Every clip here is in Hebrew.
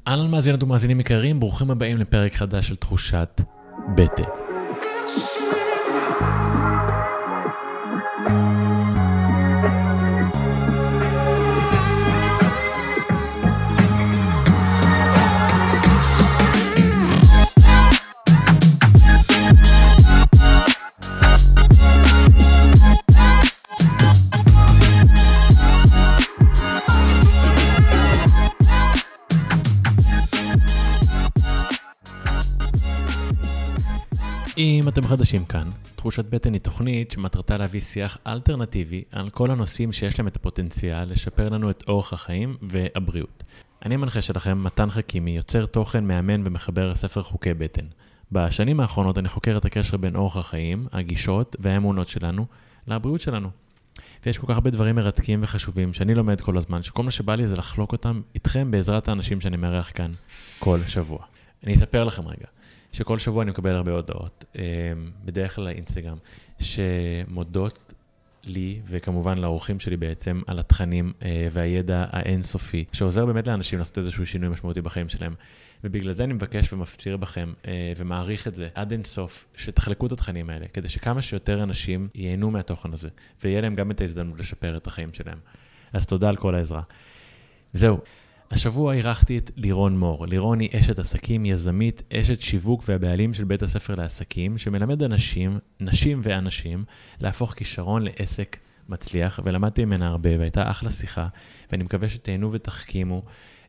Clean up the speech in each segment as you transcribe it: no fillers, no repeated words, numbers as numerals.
אהלן מאזינות ומאזינים יקרים, ברוכים הבאים לפרק חדש של תחושת בטן. אם אתם חדשים כאן, תחושת בטן היא תוכנית שמטרתה להביא שיח אלטרנטיבי על כל הנושאים שיש להם את הפוטנציאל לשפר לנו את אורח החיים והבריאות. אני המנחה שלכם, מתן חכימי, יוצר תוכן, מאמן ומחבר ספר חוקי בטן. בשנים האחרונות אני חוקר את הקשר בין אורח החיים, הגישות והאמונות שלנו לבריאות שלנו. ויש כל כך הרבה דברים מרתקים וחשובים שאני לומד כל הזמן, שכל מה שבא לי זה לחלוק אותם איתכם בעזרת האנשים שאני מארח כאן כל שבוע. אני אספר לכם רגע. שכל שבוע אני מקבל הרבה הודעות, בדרך כלל לאינסטגרם, שמודות לי וכמובן לאורחים שלי בעצם על התכנים והידע האינסופי, שעוזר באמת לאנשים לעשות איזשהו שינוי משמעותי בחיים שלהם. ובגלל זה אני מבקש ומפציר בכם ומעריך את זה עד אינסוף, שתחלקו את התכנים האלה, כדי שכמה שיותר אנשים ייהנו מהתוכן הזה, ויהיה להם גם את ההזדמנות לשפר את החיים שלהם. אז תודה על כל העזרה. זהו. השבוע אירחתי את לירון מור. לירון היא אשת עסקים, יזמית, אשת שיווק והבעלים של בית הספר לעסקים, שמלמד נשים ואנשים, להפוך כישרון לעסק מצליח, ולמדתי ממנה הרבה, והייתה אחלה שיחה, ואני מקווה שתהנו ותחכימו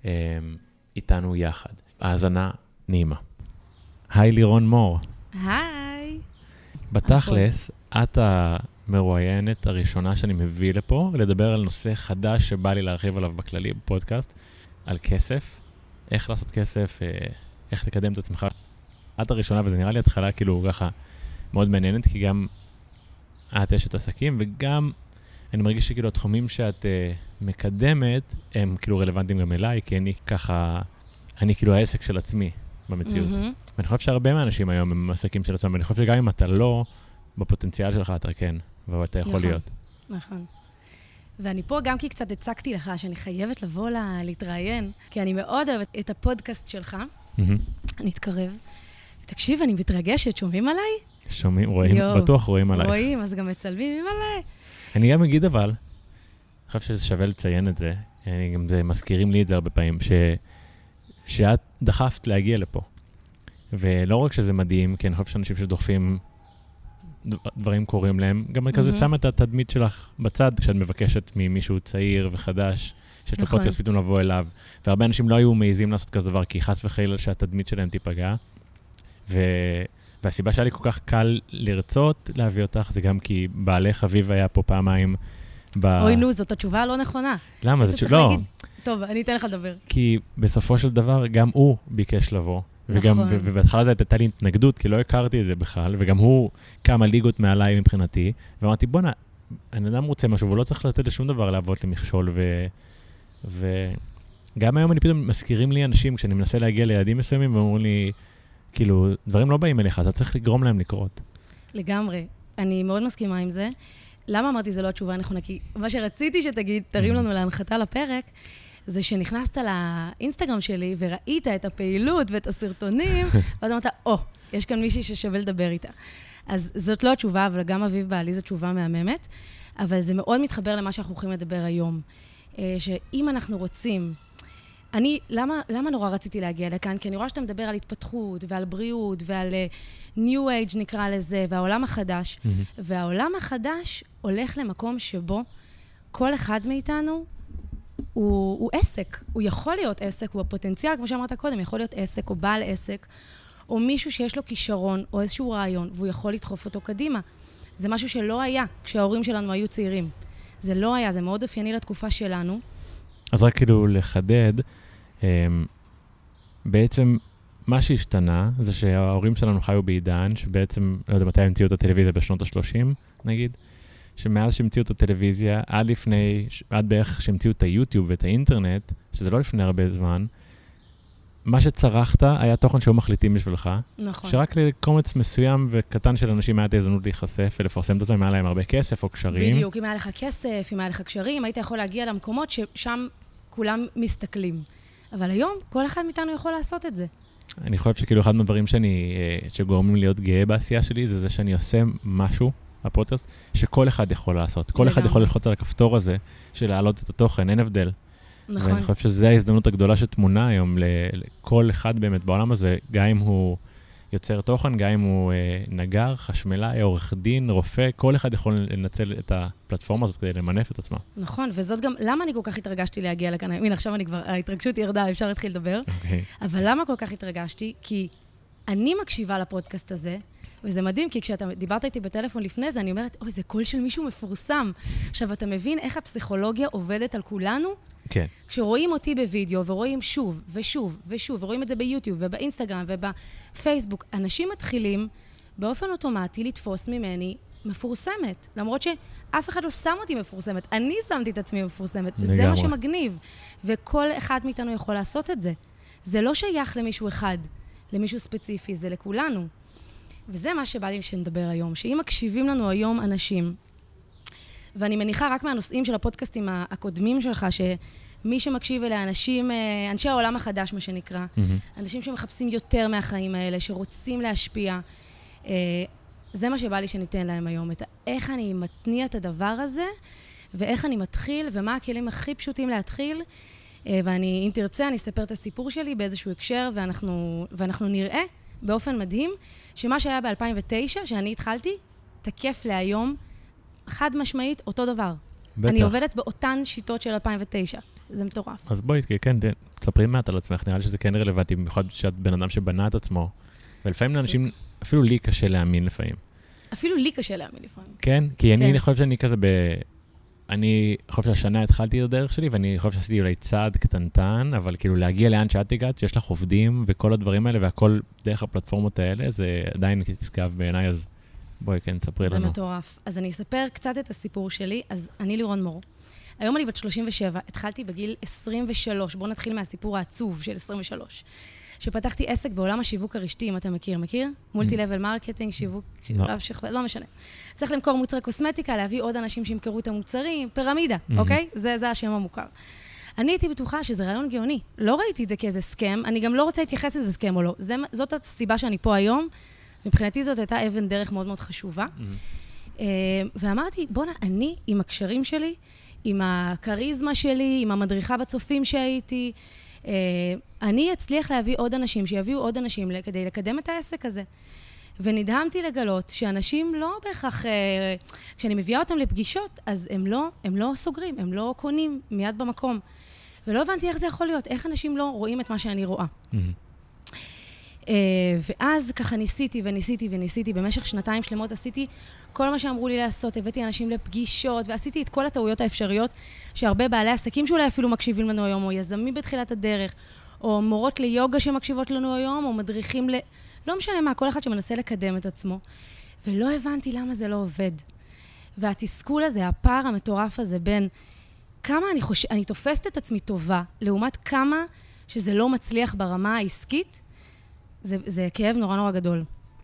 איתנו יחד. האזנה נעימה. היי לירון מור. היי. בתכלס, את המרואיינת הראשונה שאני מביא לפה, לדבר על נושא חדש שבא לי להרחיב עליו בכללי בפודקאסט, על כסף, איך לעשות כסף, איך לקדם את עצמך. את הראשונה, וזה נראה לי התחלה כאילו ככה מאוד מעניינת, כי גם את אשת עסקים, וגם אני מרגיש שכאילו התחומים שאת מקדמת, הם כאילו רלוונטיים גם אליי, כי אני ככה, אני כאילו העסק של עצמי במציאות. ואני חושב שהרבה מהאנשים היום הם עסקים של עצמם, ואני חושב שגם אם אתה לא בפוטנציאל שלך, אתה כן, ואתה יכול להיות. נכון. ואני פה גם כי קצת הצגתי לך שאני חייבת לבוא להתראיין, כי אני מאוד אוהבת את הפודקאסט שלך. אני אתקרב. תקשיב, אני מתרגשת, שומעים עליי? שומעים, רואים, בטוח רואים עלייך. רואים, אז גם מצלמים עליי. אני גם אגיד אבל, אני חושב שזה שווה לציין את זה, גם זה מזכירים לי את זה הרבה פעמים, שאת דחפת להגיע לפה. ולא רק שזה מדהים, כי אני חושב שאנשים שדוחפים דברים קורים להם, גם כזה שם את התדמית שלך בצד, כשאת מבקשת ממישהו צעיר וחדש, שיש לו פודקאסט פתאום לבוא אליו, והרבה אנשים לא היו מעיזים לעשות כזה דבר, כי חס וחלילה שהתדמית שלהם תיפגע, והסיבה שהיה לי כל כך קל לרצות להביא אותך, זה גם כי בעלך אביב היה פה פעמיים אוי נו, זאת התשובה הלא נכונה. למה? זאת תשובה, לא. טוב, אני אתן לך לדבר. כי בסופו של דבר, גם הוא ביקש לבוא, ובהתחלה זה הייתה לי התנגדות, כי לא הכרתי את זה בכלל, וגם הוא כמה ליגות מעליי מבחינתי, ואמרתי, בוא'נה, אני אדם רוצה משהו, והוא לא צריך לתת לשום דבר לעבוד למכשול, וגם היום אני פתאום מזכירים לי אנשים, כשאני מנסה להגיע ליעדים מסוימים, ואומרים לי, כאילו, דברים לא באים אליך, אתה צריך לגרום להם לקרות. לגמרי. אני מאוד מסכימה עם זה. למה אמרתי זה לא התשובה הנכונה? כי מה שרציתי שתגיד, תרים לנו להנחתה לפרק, זה שנכנסת לאינסטגרם שלי וראית את הפעילות ואת הסרטונים, ואז אמרת, יש כאן מישהי ששווה לדבר איתה. אז זאת לא התשובה, אבל גם אביב בעלי זו תשובה מהממת, אבל זה מאוד מתחבר למה שאנחנו הולכים לדבר היום. שאם אנחנו רוצים, למה נורא רציתי להגיע לכאן? כי אני רואה שאתה מדבר על התפתחות ועל בריאות ועל New Age נקרא לזה, והעולם החדש. והעולם החדש הולך למקום שבו כל אחד מאיתנו הוא עסק. הוא יכול להיות עסק, הוא הפוטנציאל, כמו שאמרת קודם, יכול להיות עסק או בעל עסק, או מישהו שיש לו כישרון או איזשהו רעיון, והוא יכול לדחוף אותו קדימה. זה משהו שלא היה כשההורים שלנו היו צעירים. זה לא היה, זה מאוד אופייני לתקופה שלנו. אז רק כאילו לחדד, בעצם מה שהשתנה זה שההורים שלנו חיו בעידן, שבעצם, לא יודע מתי המציאו את הטלוויזיה בשנות ה-30, נגיד, שמאז שהמציאו את הטלוויזיה, עד בערך שהמציאו את היוטיוב ואת האינטרנט, שזה לא לפני הרבה זמן, מה שצרכת היה תוכן שהיו מחליטים בשבילך. נכון. שרק לקומץ מסוים וקטן של אנשים היה את ההזדמנות להיחשף ולפרסם את זה, אם היה להם הרבה כסף או קשרים. בדיוק, אם היה לך כסף, אם היה לך קשרים, היית יכול להגיע למקומות ששם כולם מסתכלים. אבל היום כל אחד מאיתנו יכול לעשות את זה. אני חושב שכאילו אחד מהדברים שגורמים להיות גאה בעשייה שלי, זה שאני עושה משהו, הפודקאסט, שכל אחד יכול לעשות. כל אחד יכול ללחוץ על הכפתור הזה, של להעלות את התוכן, אין הבדל. נכון. ואני חושב שזו ההזדמנות הגדולה שתמונה היום לכל אחד באמת בעולם הזה, גם אם הוא יוצר תוכן, גם אם הוא נגר, חשמלאי, עורך דין, רופא, כל אחד יכול לנצל את הפלטפורמה הזאת כדי למנף את עצמה. נכון, וזאת גם, למה אני כל כך התרגשתי להגיע לכאן? הנה, עכשיו ההתרגשות ירדה, אפשר להתחיל לדבר. אבל למה כל כך התרגשתי? כי אני מקשיבה לפודקאסט הזה, וזה מדהים, כי כשאתה דיברת איתי בטלפון לפני זה, אני אומרת, אוי, זה קול של מישהו מפורסם. עכשיו, אתה מבין איך הפסיכולוגיה עובדת על כולנו? כן. כשרואים אותי בווידאו, ורואים שוב ושוב ושוב, ורואים את זה ביוטיוב ובאינסטגרם ובפייסבוק, אנשים מתחילים באופן אוטומטי לתפוס ממני מפורסמת. למרות שאף אחד לא שם אותי מפורסמת. אני שמתי את עצמי מפורסמת. לגמרי. זה מה שמגניב. וכל אחד מאיתנו יכול לעשות את זה. זה לא שייך למישהו אחד, למישהו ספציפי, זה לכולנו. וזה מה שבא לי שנדבר היום. שאם מקשיבים לנו היום אנשים, ואני מניחה רק מהנושאים של הפודקאסטים הקודמים שלך, שמי שמקשיב אלה אנשים, אנשי העולם החדש, מה שנקרא, אנשים שמחפשים יותר מהחיים האלה, שרוצים להשפיע. זה מה שבא לי שניתן להם היום, את איך אני מתניע את הדבר הזה, ואיך אני מתחיל, ומה הכלים הכי פשוטים להתחיל. ואני, אם תרצה, אני אספר את הסיפור שלי באיזשהו הקשר, ואנחנו נראה באופן מדהים, שמה שהיה ב-2009, שאני התחלתי, תקף להיום, חד משמעית, אותו דבר. בטח. אני עובדת באותן שיטות של 2009. זה מטורף. אז בואי, כן, תספרי מעט על עצמך. נראה לי שזה כן רלוונטי, במיוחד שאת בן אדם שבנה את עצמו. ולפעמים לאנשים, אפילו לי קשה להאמין לפעמים. אפילו לי קשה להאמין לפעמים. כן? כי אני חושב שאני כזה אני חושב שהשנה התחלתי את הדרך שלי, ואני חושב שעשיתי אולי צעד קטנטן, אבל כאילו להגיע לאן שאת הגעת, שיש לך עובדים וכל הדברים האלה, והכל דרך הפלטפורמות האלה, זה עדיין נשגב בעיניי, אז בואי, כן, תספרי לנו. זה מטורף. אז אני אספר קצת את הסיפור שלי. אז אני לירון מור. היום אני בת 37, התחלתי בגיל 23. בואו נתחיל מהסיפור העצוב של 23. שפתחתי עסק בעולם השיווק הרשתי, אם אתה מכיר. מולטי-לבל מרקטינג, שיווק, רב שכבה, לא משנה. צריך למכור מוצרי קוסמטיקה, להביא עוד אנשים שימכרו את המוצרים, פירמידה, אוקיי? זה השם המוכר. אני הייתי בטוחה שזה רעיון גאוני. לא ראיתי את זה כאיזה סכם, אני גם לא רוצה להתייחס לזה סכם או לא. זאת הסיבה שאני פה היום. מבחינתי זאת הייתה אבן דרך מאוד מאוד חשובה. ואמרתי, בוא'נה, אני עם הקשרים שלי, עם הקריזמה שלי, עם המדריכה בצופים שהייתי, אני אצליח להביא עוד אנשים, שיביאו עוד אנשים כדי לקדם את העסק הזה. ונדהמתי לגלות שאנשים לא בהכרח, כשאני מביאה אותם לפגישות, אז הם לא סוגרים, הם לא קונים מיד במקום. ולא הבנתי איך זה יכול להיות, איך אנשים לא רואים את מה שאני רואה. ואז ככה ניסיתי, במשך 2 שלמות עשיתי כל מה שאמרו לי לעשות, הבאתי אנשים לפגישות, ועשיתי את כל הטעויות האפשריות, שהרבה בעלי עסקים שאולי אפילו מקשיבים לנו היום, או יזמים בתחילת הדרך, או מורות ליוגה שמקשיבות לנו היום, או מדריכים לא משנה מה, כל אחד שמנסה לקדם את עצמו. ולא הבנתי למה זה לא עובד. והתסכול הזה, הפער המטורף הזה בין כמה אני תופסת את עצמי טובה, לעומת כמה שזה לא מצליח ברמה העסקית, זה כאב נורא נורא גדול.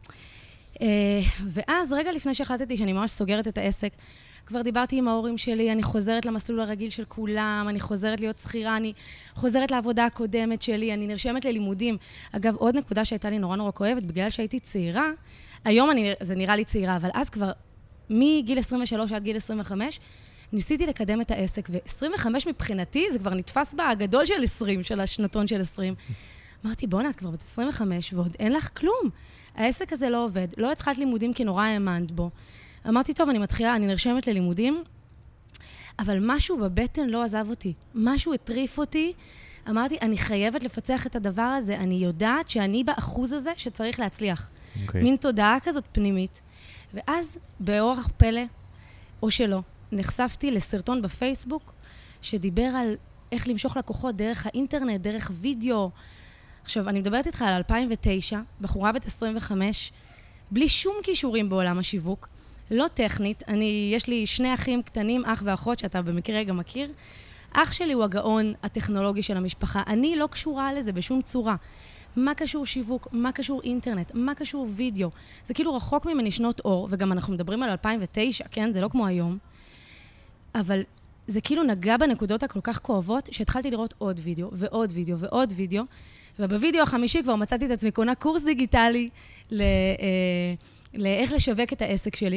ואז רגע לפני שהחלטתי שאני ממש סוגרת את העסק, כבר דיברתי עם ההורים שלי, אני חוזרת למסלול הרגיל של כולם, אני חוזרת להיות שכירה, אני חוזרת לעבודה הקודמת שלי, אני נרשמת ללימודים. אגב, עוד נקודה שהייתה לי נורא נורא כואבת, בגלל שהייתי צעירה, היום זה נראה לי צעירה, אבל אז כבר מגיל 23 עד גיל 25, ניסיתי לקדם את העסק, ו-25 מבחינתי זה כבר נתפס בגדול של 20, של השנתון של 20. אמרתי, בוא'נה, את כבר בת 25 ועוד אין לך כלום. העסק הזה לא עובד. לא התחלת לימודים כי נורא האמנת בו. אמרתי, טוב, אני נרשמת ללימודים, אבל משהו בבטן לא עזב אותי. משהו הטריף אותי. אמרתי, אני חייבת לפצח את הדבר הזה. אני יודעת שאני באחוז הזה שצריך להצליח. מין תודעה כזאת פנימית. ואז, באורח פלא, או שלא, נחשפתי לסרטון בפייסבוק, שדיבר על איך למשוך לקוחות דרך האינטרנט, דרך וידאו. עכשיו, אני מדברת איתך על 2009, בחורה בת 25, בלי שום כישורים בעולם השיווק, לא טכנית. יש לי 2 אחים קטנים, אח ואחות, שאתה במקרה גם מכיר. אח שלי הוא הגאון הטכנולוגי של המשפחה. אני לא קשורה לזה בשום צורה. מה קשור שיווק? מה קשור אינטרנט? מה קשור וידאו? זה כאילו רחוק ממני שנות אור, וגם אנחנו מדברים על 2009, כן? זה לא כמו היום. אבל זה כאילו נגע בנקודות הכל כך כואבות, שהתחלתי לראות עוד וידאו, ועוד וידאו, ועוד וידאו, ובווידאו החמישי כבר מצאתי את עצמי קונה קורס דיגיטלי לאיך לשווק את העסק שלי,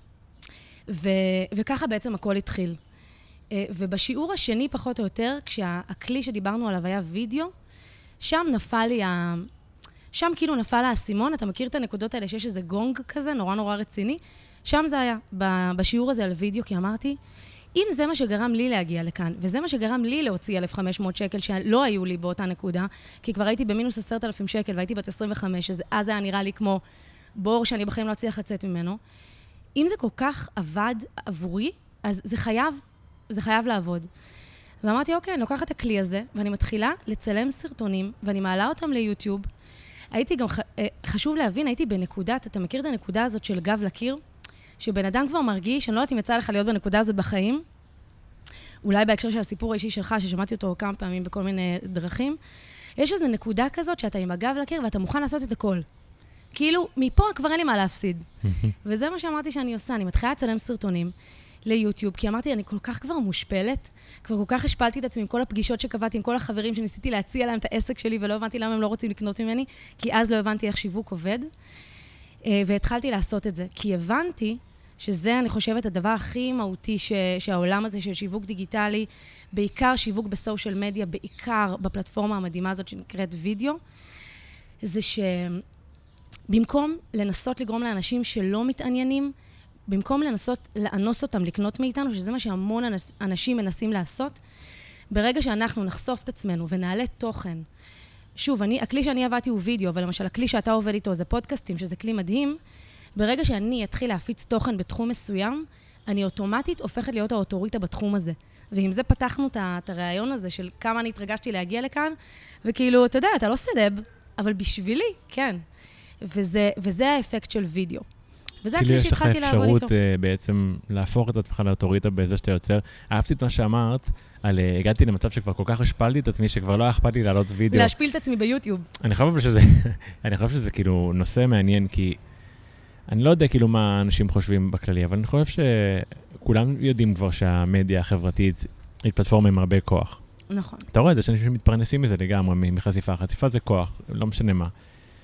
וככה בעצם הכל התחיל. ובשיעור השני, פחות או יותר, כשהכלי שדיברנו עליו היה וידאו, שם כאילו נפל האסימון, אתה מכיר את הנקודות האלה שיש איזה גונג כזה, נורא נורא רציני, שם זה היה, בשיעור הזה על וידאו, כי אמרתי, אם זה מה שגרם לי להגיע לכאן, וזה מה שגרם לי להוציא 1,500 שקל, שלא היו לי באותה נקודה, כי כבר הייתי במינוס 10,000 שקל, והייתי בת 25, אז היה נראה לי כמו בור שאני בחיים לא אצליח לצאת ממנו. אם זה כל כך עבד עבורי, אז זה חייב לעבוד. ואמרתי, אוקיי, אני לוקחת את הכלי הזה, ואני מתחילה לצלם סרטונים, ואני מעלה אותם ליוטיוב. הייתי גם, חשוב להבין, הייתי בנקודת, אתה מכיר את הנקודה הזאת של גב לקיר? שבן אדם כבר מרגיש, אני לא יודעת אם יצא לך להיות בנקודה הזאת בחיים, אולי בהקשר של הסיפור האישי שלך, ששמעתי אותו כמה פעמים בכל מיני דרכים, יש איזו נקודה כזאת שאתה עם הגב לקיר, ואתה מוכן לעשות את הכל. כאילו, מפה כבר אין לי מה להפסיד. וזה מה שאמרתי שאני עושה, אני מתחילה לצלם סרטונים ליוטיוב, כי אמרתי, אני כל כך כבר מושפלת, כבר כל כך השפלתי את עצמי עם כל הפגישות שקבעתי, עם כל החברים שניסיתי להציע להם את העסק שלי, ולא הבנתי למה הם לא רוצים לקנות ממני, כי אז לא הבנתי איך שיווק עובד. והתחלתי לעשות את זה, כי הבנתי שזה, אני חושבת, הדבר הכי מהותי שהעולם הזה של שיווק דיגיטלי, בעיקר שיווק בסושיאל מדיה, בעיקר בפלטפורמה המדהימה הזאת שנקראת וידאו, זה שבמקום לנסות לגרום לאנשים שלא מתעניינים, במקום לנסות לאנוס אותם לקנות מאיתנו, שזה מה שהמון אנשים מנסים לעשות, ברגע שאנחנו נחשוף את עצמנו ונעלה תוכן, שוב, הכלי שאני עבדתי הוא וידאו, אבל למשל, הכלי שאתה עובד איתו זה פודקאסטים, שזה כלי מדהים. ברגע שאני אתחיל להפיץ תוכן בתחום מסוים, אני אוטומטית הופכת להיות האוטוריטה בתחום הזה. ועם זה פתחנו את הרעיון הזה של כמה אני התרגשתי להגיע לכאן, וכאילו, אתה יודע, אתה לא סלב, אבל בשבילי, כן. וזה האפקט של וידאו. וזה הכלי שהתחלתי לעבוד איתו. כאילו יש לך אפשרות בעצם להפוך את עצמך לאוטוריטה בזה שאתה יוצר. אהבתי את מה שאמרת, הגעתי למצב שכבר כל כך השפלתי את עצמי, שכבר לא אכפת לי לעלות וידאו. להשפיל את עצמי ביוטיוב. אני חושב שזה כאילו נושא מעניין, כי אני לא יודע כאילו מה אנשים חושבים בכללי, אבל אני חושב שכולם יודעים כבר שהמדיה החברתית היא פלטפורמה עם הרבה כוח. נכון. אתה רואה את זה שאנשים מתפרנסים מזה לגמרי, מחשיפה. חשיפה זה כוח, לא משנה מה.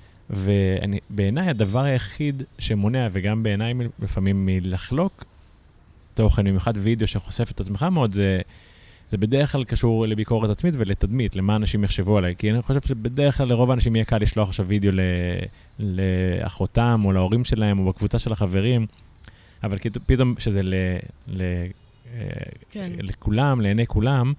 ובעיניי הדבר היחיד שמונע, וגם בעיניי לפעמים מלחלוק תוכן, במיוחד וידאו שחושף את עצמך מאוד, זה בדרך כלל קשור לביקורת עצמית ולתדמית, למה אנשים יחשבו עליי. כי אני חושב שבדרך כלל לרוב האנשים יהיה קל לשלוח עכשיו וידאו לאחותם או להורים שלהם או בקבוצה של החברים, אבל פתאום שזה לכולם, לעיני כולם,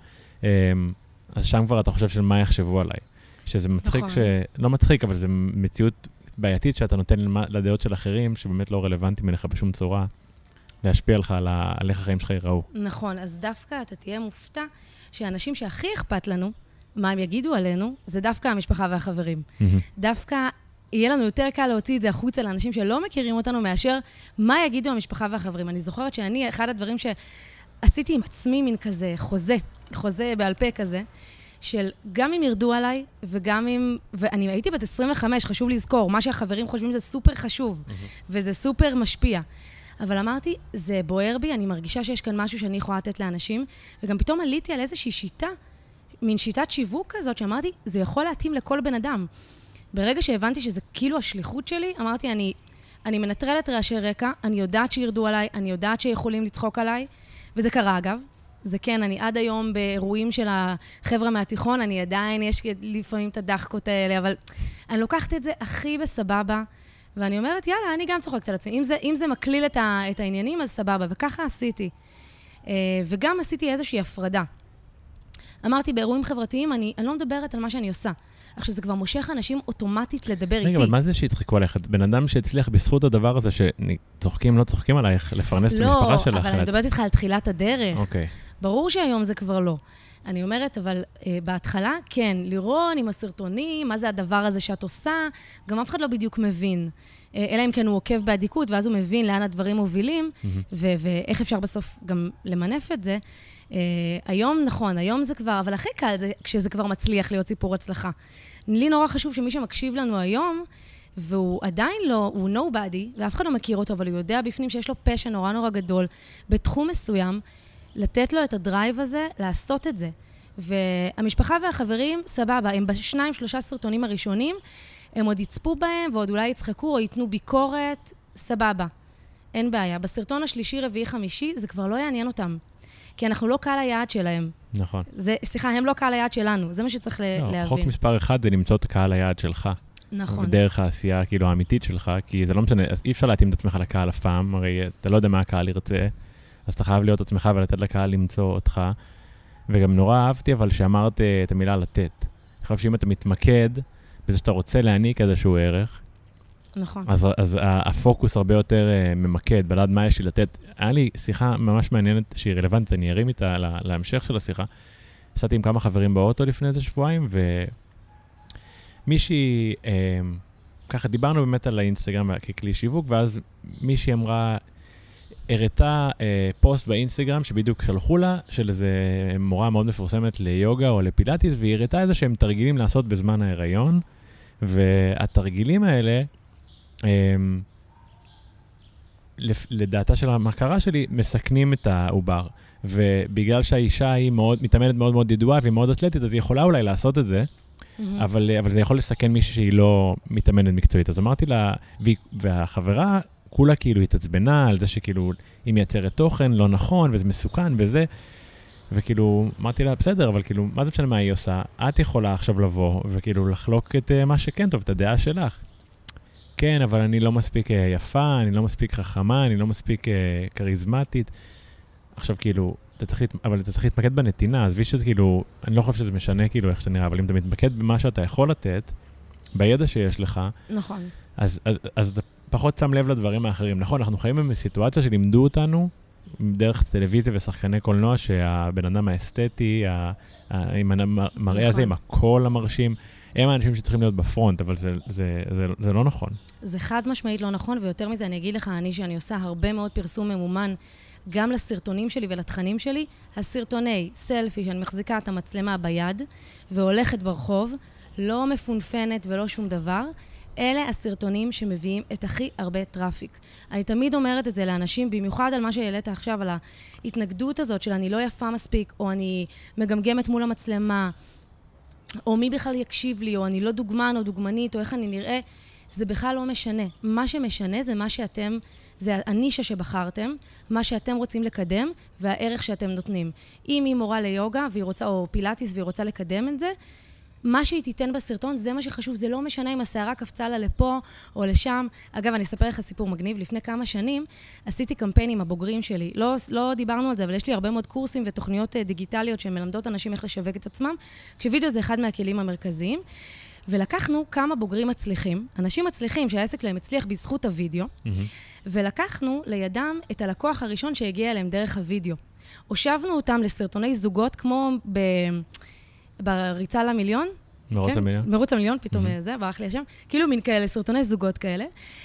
אז שם כבר אתה חושב של מה יחשבו עליי. שזה מצחיק, לא מצחיק, אבל זה מציאות בעייתית שאתה נותן לדעות של אחרים, שבאמת לא רלוונטיים אליך בשום צורה, להשפיע לך על איך החיים שלך ייראו. נכון, אז דווקא אתה תהיה מופתע שהאנשים שהכי אכפת לנו, מה הם יגידו עלינו, זה דווקא המשפחה והחברים. דווקא יהיה לנו יותר קל להוציא את זה החוצה לאנשים שלא מכירים אותנו, מאשר מה יגידו המשפחה והחברים. אני זוכרת שאני, אחד הדברים שעשיתי עם עצמי מין כזה חוזה בעל פה כזה, של גם אם ירדו עליי, וגם אם, ואני הייתי בת 25, חשוב לזכור, מה שהחברים חושבים זה סופר חשוב, וזה סופר משפיע. אבל אמרתי, זה בוער בי, אני מרגישה שיש כאן משהו שאני יכולה לתת לאנשים, וגם פתאום עליתי על איזושהי שיטה, מין שיטת שיווק כזאת, שאמרתי, זה יכול להתאים לכל בן אדם. ברגע שהבנתי שזה כאילו השליחות שלי, אמרתי, אני מנטרלת רעשי רקע, אני יודעת שירדו עליי, אני יודעת שיכולים לצחוק עליי, וזה קרה אגב. זה כן, אני עד היום באירועים של החבר'ה מהתיכון, אני עדיין, יש לפעמים את הדחקות האלה, אבל אני לוקחת את זה הכי בסבבה, ואני אומרת, יאללה, אני גם צוחקת על עצמי. אם זה מקליל את העניינים, אז סבבה, וככה עשיתי. וגם עשיתי איזושהי הפרדה. אמרתי, באירועים חברתיים, אני לא מדברת על מה שאני עושה. עכשיו, זה כבר מושך אנשים אוטומטית לדבר איתי. רגע, אבל מה זה שהצחיקו עליך? בן אדם שהצליח בזכות הדבר הזה, שצוחקים, לא צוחקים עלייך, לפרנס את המשפחה שלך. לא, אבל אני מדברת איתך על תחילת הדרך. אוקיי. ברור שהיום זה כבר לא. אני אומרת, אבל בהתחלה, כן, לירון עם הסרטונים, מה זה הדבר הזה שאת עושה, גם אף אחד לא בדיוק מבין. אלא אם כן הוא עוקב בעדיקות, ואז הוא מבין לאן הדברים מובילים, ואיך אפשר בסוף גם למנף את זה. היום, נכון, היום זה כבר, אבל הכי קל זה כשזה כבר מצליח להיות סיפור הצלחה. לי נורא חשוב שמי שמקשיב לנו היום, והוא עדיין לא, הוא nobody, ואף אחד לא מכיר אותו, אבל הוא יודע בפנים שיש לו פשע נורא נורא גדול, בתחום מסוים, לתת לו את הדרייב הזה, לעשות את זה. והמשפחה והחברים, סבבה, הם ב2-3 סרטונים הראשונים, הם עוד יצפו בהם, ועוד אולי יצחקו או ייתנו ביקורת, סבבה. אין בעיה. בסרטון השלישי, רביעי, חמישי, זה כבר לא יעניין אותם. כי אנחנו לא קהל היעד שלהם. נכון. סליחה, הם לא קהל היעד שלנו. זה מה שצריך להבין. חוק מספר 1 זה למצוא את קהל היעד שלך. נכון. בדרך העשייה, כאילו, האמיתית שלך, כי זה לא משנה, אי אפשר להתאים את עצמך לקהל אף פעם, הרי אתה לא יודע מה הקהל ירצה, אז אתה חייב להיות עצמך ולתת לקהל למצוא אותך. וגם נורא אהבתי, אבל שאמרת את המילה לתת. אני חושב שאם אתה מתמקד בזה שאתה רוצה להעניק איזשהו ערך, נכון. אז הפוקוס הרבה יותר ממקד, בלעד מה יש לי לתת. היה לי שיחה ממש מעניינת שהיא רלוונטית, אני ארים איתה להמשך של השיחה. עשיתי עם כמה חברים באוטו לפני איזה שבועיים, ומישהי, ככה דיברנו באמת על האינסטגרם ככלי שיווק, ואז מישהי אמרה, הראתה פוסט באינסטגרם שבדיוק שלחו לה, של איזה מורה מאוד מפורסמת ליוגה או לפילאטיס, והיא הראתה איזה שהם תרגילים לעשות בזמן ההיריון, והתרגילים האלה, לדעתה של המחקרה שלי, מסכנים את העובר. ובגלל שהאישה היא מתאמנת מאוד מאוד ידועה והיא מאוד אתלטית, אז היא יכולה אולי לעשות את זה, אבל זה יכול לסכן מישהי שהיא לא מתאמנת מקצועית. אז אמרתי לה, והחברה כולה כאילו התעצבנה על זה שכאילו היא מייצרת תוכן לא נכון וזה מסוכן וזה, וכאילו אמרתי לה, בסדר, אבל כאילו, מה זה משנה מה היא עושה? את יכולה עכשיו לבוא וכאילו לחלוק את מה שכן טוב, את הדעה שלך. כן, אבל אני לא מספיק יפה, אני לא מספיק חכמה, אני לא מספיק קריזמטית. עכשיו כאילו, אבל אתה צריך להתמקד בנתינה, אז שזה כאילו, אני לא חושב שזה משנה כאילו איך שזה נראה, אבל אם אתה מתמקד במה שאתה יכול לתת, בידע שיש לך, נכון. אז אתה פחות שם לב לדברים האחרים. נכון, אנחנו חיים בסיטואציה שלימדו אותנו, דרך טלוויזיה ושחקני קולנוע, שהבן אדם האסתטי, עם המראה הזה, עם הקול המרשים, הם האנשים שצריכים להיות בפרונט, אבל זה לא נכון. זה חד משמעית לא נכון, ויותר מזה אני אגיד לך, שאני עושה הרבה מאוד פרסום ממומן, גם לסרטונים שלי ולתכנים שלי, הסרטוני סלפי שאני מחזיקה את המצלמה ביד, והולכת ברחוב, לא מפונפנת ולא שום דבר, אלה הסרטונים שמביאים את הכי הרבה טראפיק. אני תמיד אומרת את זה לאנשים, במיוחד על מה שהעלית עכשיו, על ההתנגדות הזאת של אני לא יפה מספיק, או אני מגמגמת מול המצלמה, או מי בכלל יקשיב לי, או אני לא דוגמן או דוגמנית, או איך אני נראה, זה בכלל לא משנה. מה שמשנה זה מה שאתם, זה הנישה שבחרתם, מה שאתם רוצים לקדם, והערך שאתם נותנים. אם היא מורה ליוגה, והיא רוצה, או פילאטיס, והיא רוצה לקדם את זה, מה שהיא תיתן בסרטון, זה מה שחשוב. זה לא משנה אם השערה קפצה לה לפה או לשם. אגב, אני אספר לך סיפור מגניב. לפני כמה שנים עשיתי קמפיין עם הבוגרים שלי. לא דיברנו על זה, אבל יש לי הרבה מאוד קורסים ותוכניות דיגיטליות שמלמדות אנשים איך לשווק את עצמם, כשווידאו זה אחד מהכלים המרכזיים. ולקחנו כמה בוגרים מצליחים, אנשים מצליחים שהעסק להם הצליח בזכות הוידאו, ולקחנו לידם את הלקוח הראשון שהגיע אליהם דרך הוידאו. הושבנו אותם לסרטוני זוגות כמו בריצה למיליון. מרוץ למיליון. מרוץ למיליון, פתאום זה, ברח לי השם. כאילו מין כאלה, סרטוני זוגות כאלה.